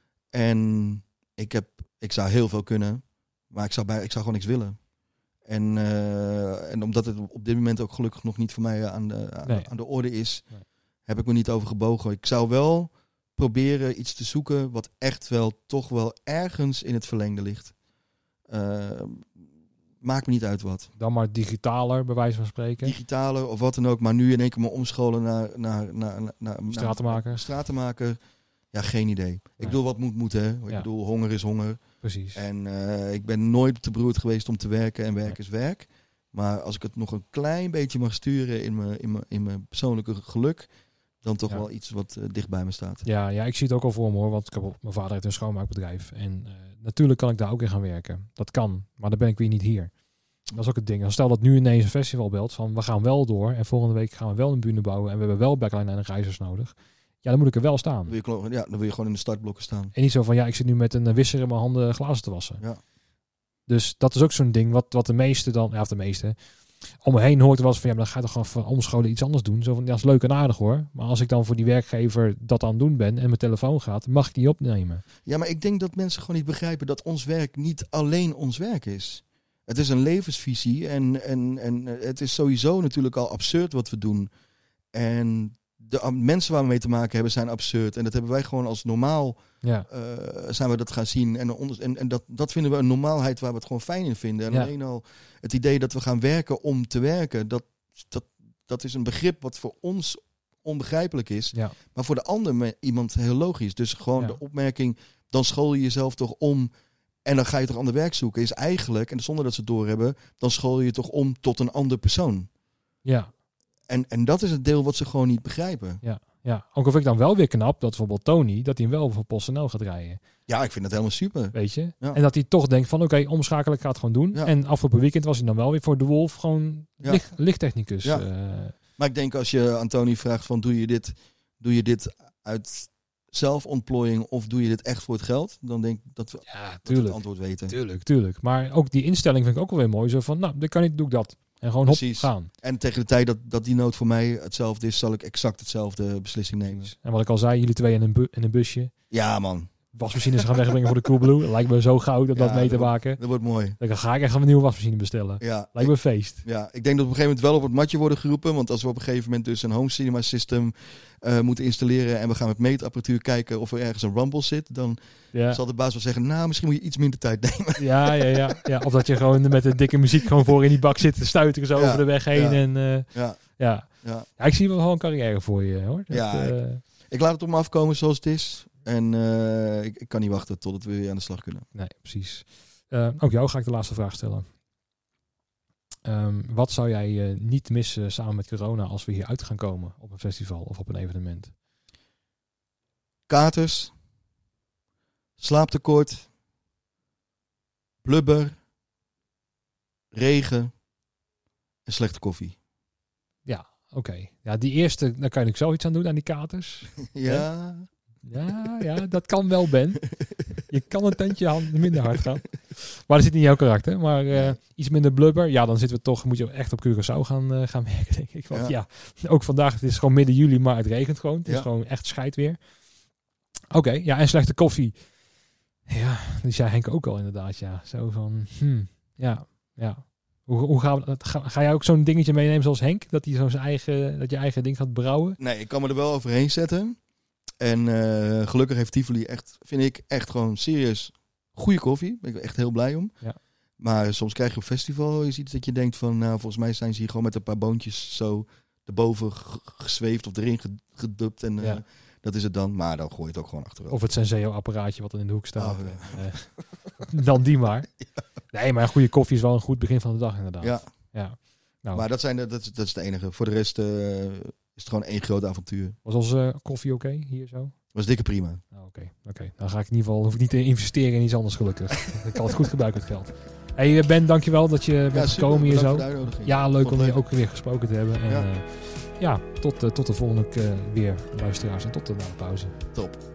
S2: En ik, heb, ik zou heel veel kunnen, maar ik zou, bij, ik zou gewoon niks willen. En, uh, en omdat het op dit moment ook gelukkig nog niet voor mij aan de, aan, nee. aan de orde is, nee. heb ik me niet over gebogen. Ik zou wel proberen iets te zoeken wat echt wel toch wel ergens in het verlengde ligt. Uh, maakt me niet uit wat.
S1: Dan maar digitaler, bij wijze van spreken.
S2: Digitaler of wat dan ook, maar nu in één keer maar omscholen naar, naar, naar, naar, naar
S1: stratenmaker.
S2: Stratenmaker. Ja, geen idee. Nee. Ik bedoel, wat moet moeten. Hè? Ik ja. bedoel, honger is honger.
S1: Precies.
S2: En uh, ik ben nooit te beroerd geweest om te werken en werk nee. is werk. Maar als ik het nog een klein beetje mag sturen in mijn, in mijn, in mijn persoonlijke geluk, dan toch ja. wel iets wat uh, dicht bij me staat.
S1: Ja, ja, ik zie het ook al voor me hoor, want ik heb op, mijn vader heeft een schoonmaakbedrijf. En uh, natuurlijk kan ik daar ook in gaan werken. Dat kan, maar dan ben ik weer niet hier. Dat is ook het ding. Dan stel dat nu ineens een festival belt van we gaan wel door en volgende week gaan we wel een bühne bouwen en we hebben wel backline en reizigers nodig. Ja, dan moet ik er wel staan.
S2: Dan wil je, ja, dan wil je gewoon in de startblokken staan.
S1: En niet zo van ja, ik zit nu met een wisser in mijn handen glazen te wassen.
S2: Ja.
S1: Dus dat is ook zo'n ding wat, wat de meeste dan, ja, of de meeste, om me heen hoort was van ja, maar dan ga je toch gewoon van omscholen iets anders doen. Zo van ja, dat is leuk en aardig hoor. Maar als ik dan voor die werkgever dat aan het doen ben en mijn telefoon gaat, mag ik die opnemen.
S2: Ja, maar ik denk dat mensen gewoon niet begrijpen dat ons werk niet alleen ons werk is. Het is een levensvisie en, en, en het is sowieso natuurlijk al absurd wat we doen. En de mensen waar we mee te maken hebben zijn absurd. En dat hebben wij gewoon als normaal
S1: ja.
S2: uh, zijn we dat gaan zien. En, en, en dat, dat vinden we een normaalheid waar we het gewoon fijn in vinden. En ja. alleen al het idee dat we gaan werken om te werken, dat, dat, dat is een begrip wat voor ons onbegrijpelijk is.
S1: Ja.
S2: Maar voor de ander iemand heel logisch. Dus gewoon
S1: ja.
S2: de opmerking, dan school je jezelf toch om en dan ga je toch ander werk zoeken. Is eigenlijk, en zonder dat ze het doorhebben, dan school je je toch om tot een ander persoon.
S1: Ja.
S2: En, en dat is het deel wat ze gewoon niet begrijpen.
S1: Ja, ja. Ook of ik dan wel weer knap dat bijvoorbeeld Tony, dat hij wel voor PostNL gaat rijden.
S2: Ja, ik vind dat helemaal super.
S1: Weet je?
S2: Ja.
S1: En dat hij toch denkt van oké, okay, omschakelen, ik ga het gewoon doen.
S2: Ja.
S1: En afgelopen weekend was hij dan wel weer voor de Wolf gewoon
S2: ja.
S1: licht, lichttechnicus.
S2: Ja.
S1: Uh,
S2: maar ik denk als je aan Tony vraagt van doe je dit, doe je dit uit zelfontplooiing of doe je dit echt voor het geld? Dan denk ik dat we,
S1: ja,
S2: dat we het antwoord weten.
S1: Tuurlijk, tuurlijk. Maar ook die instelling vind ik ook wel weer mooi. Zo van, nou, dat kan ik, doe ik dat. En gewoon hop,
S2: Precies.
S1: gaan.
S2: En tegen de tijd dat, dat die noot voor mij hetzelfde is, zal ik exact hetzelfde beslissing nemen.
S1: En wat ik al zei, jullie twee in een, bu- in een busje.
S2: Ja, man.
S1: Wasmachines gaan wegbrengen voor de Coolblue. Lijkt me zo goud om
S2: Ja,
S1: dat mee te
S2: dat wordt-
S1: maken.
S2: Dat wordt mooi.
S1: Dan ga ik echt een nieuwe wasmachine bestellen.
S2: Ja,
S1: Lijkt me een feest.
S2: ja, ik denk dat we op een gegeven moment wel op het matje worden geroepen. Want als we op een gegeven moment dus een home cinema system uh, moeten installeren en we gaan met meetapparatuur kijken of er ergens een rumble zit, dan
S1: Ja.
S2: zal de baas wel zeggen, nou, misschien moet je iets minder tijd nemen.
S1: Ja, ja, ja, ja. Of dat je gewoon met de dikke muziek gewoon voor in die bak zit te stuiteren zo
S2: Ja,
S1: over de weg heen.
S2: ja.
S1: En, uh,
S2: Ja,
S1: ja.
S2: ja.
S1: ja, ik zie wel gewoon een carrière voor je hoor. Dat,
S2: Ja,
S1: uh,
S2: Ik laat het op me afkomen zoals het is. En uh, ik, ik kan niet wachten totdat we weer aan de slag kunnen.
S1: Nee, precies. Uh, ook jou ga ik de laatste vraag stellen. Um, wat zou jij uh, niet missen samen met corona als we hier uit gaan komen op een festival of op een evenement?
S2: Katers, slaaptekort, blubber, regen en slechte koffie.
S1: Ja, oké. Okay. Ja, die eerste, daar kan je natuurlijk zoiets aan doen aan die katers.
S2: Ja.
S1: Ja, ja, dat kan wel, Ben. Je kan een tandje hand minder hard gaan. Maar dat zit niet in jouw karakter. Maar uh, iets minder blubber. Ja, dan zitten we toch, moet je echt op Curaçao gaan, uh, gaan werken, denk ik. Want ja. ja, ook vandaag, het is gewoon midden juli, maar het regent gewoon. Het is ja. gewoon echt scheidweer. Oké, okay, ja, en slechte koffie. Ja, die zei Henk ook al inderdaad, ja. Zo van, hmm, ja, ja. Hoe, hoe gaan we, ga, ga jij ook zo'n dingetje meenemen zoals Henk? Dat hij zo zijn eigen, dat je eigen ding gaat brouwen?
S2: Nee, ik kan me er wel overheen zetten. En uh, gelukkig heeft Tivoli echt, vind ik, echt gewoon serieus goede koffie. Daar ben ik echt heel blij om.
S1: Ja.
S2: Maar soms krijg je op festival is iets dat je denkt van, nou, volgens mij zijn ze hier gewoon met een paar boontjes zo erboven g- gezweefd of erin gedubt. En uh, ja. dat is het dan. Maar dan gooi je het ook gewoon achterover.
S1: Of het Senseo-apparaatje wat dan in de hoek staat.
S2: Oh, ja.
S1: uh, dan die maar.
S2: Ja.
S1: Nee, maar een goede koffie is wel een goed begin van de dag inderdaad.
S2: Ja.
S1: ja. Nou.
S2: Maar dat, zijn de, dat, is, dat is het enige. Voor de rest uh, is het gewoon één groot avontuur.
S1: Was onze uh, koffie oké okay, hier zo?
S2: Was dikke prima.
S1: Oké, oh, oké. Okay. Okay. Dan ga ik in ieder geval hoef ik niet te investeren in iets anders gelukkig. Ik kan het goed gebruiken, het geld. Hey Ben, dankjewel dat je bent ja, gekomen hier zo. Ja, leuk Vond om je ook weer gesproken te hebben. En ja, uh, ja tot, uh, tot de volgende uh, weer luisteraars en tot de, na de pauze.
S2: Top.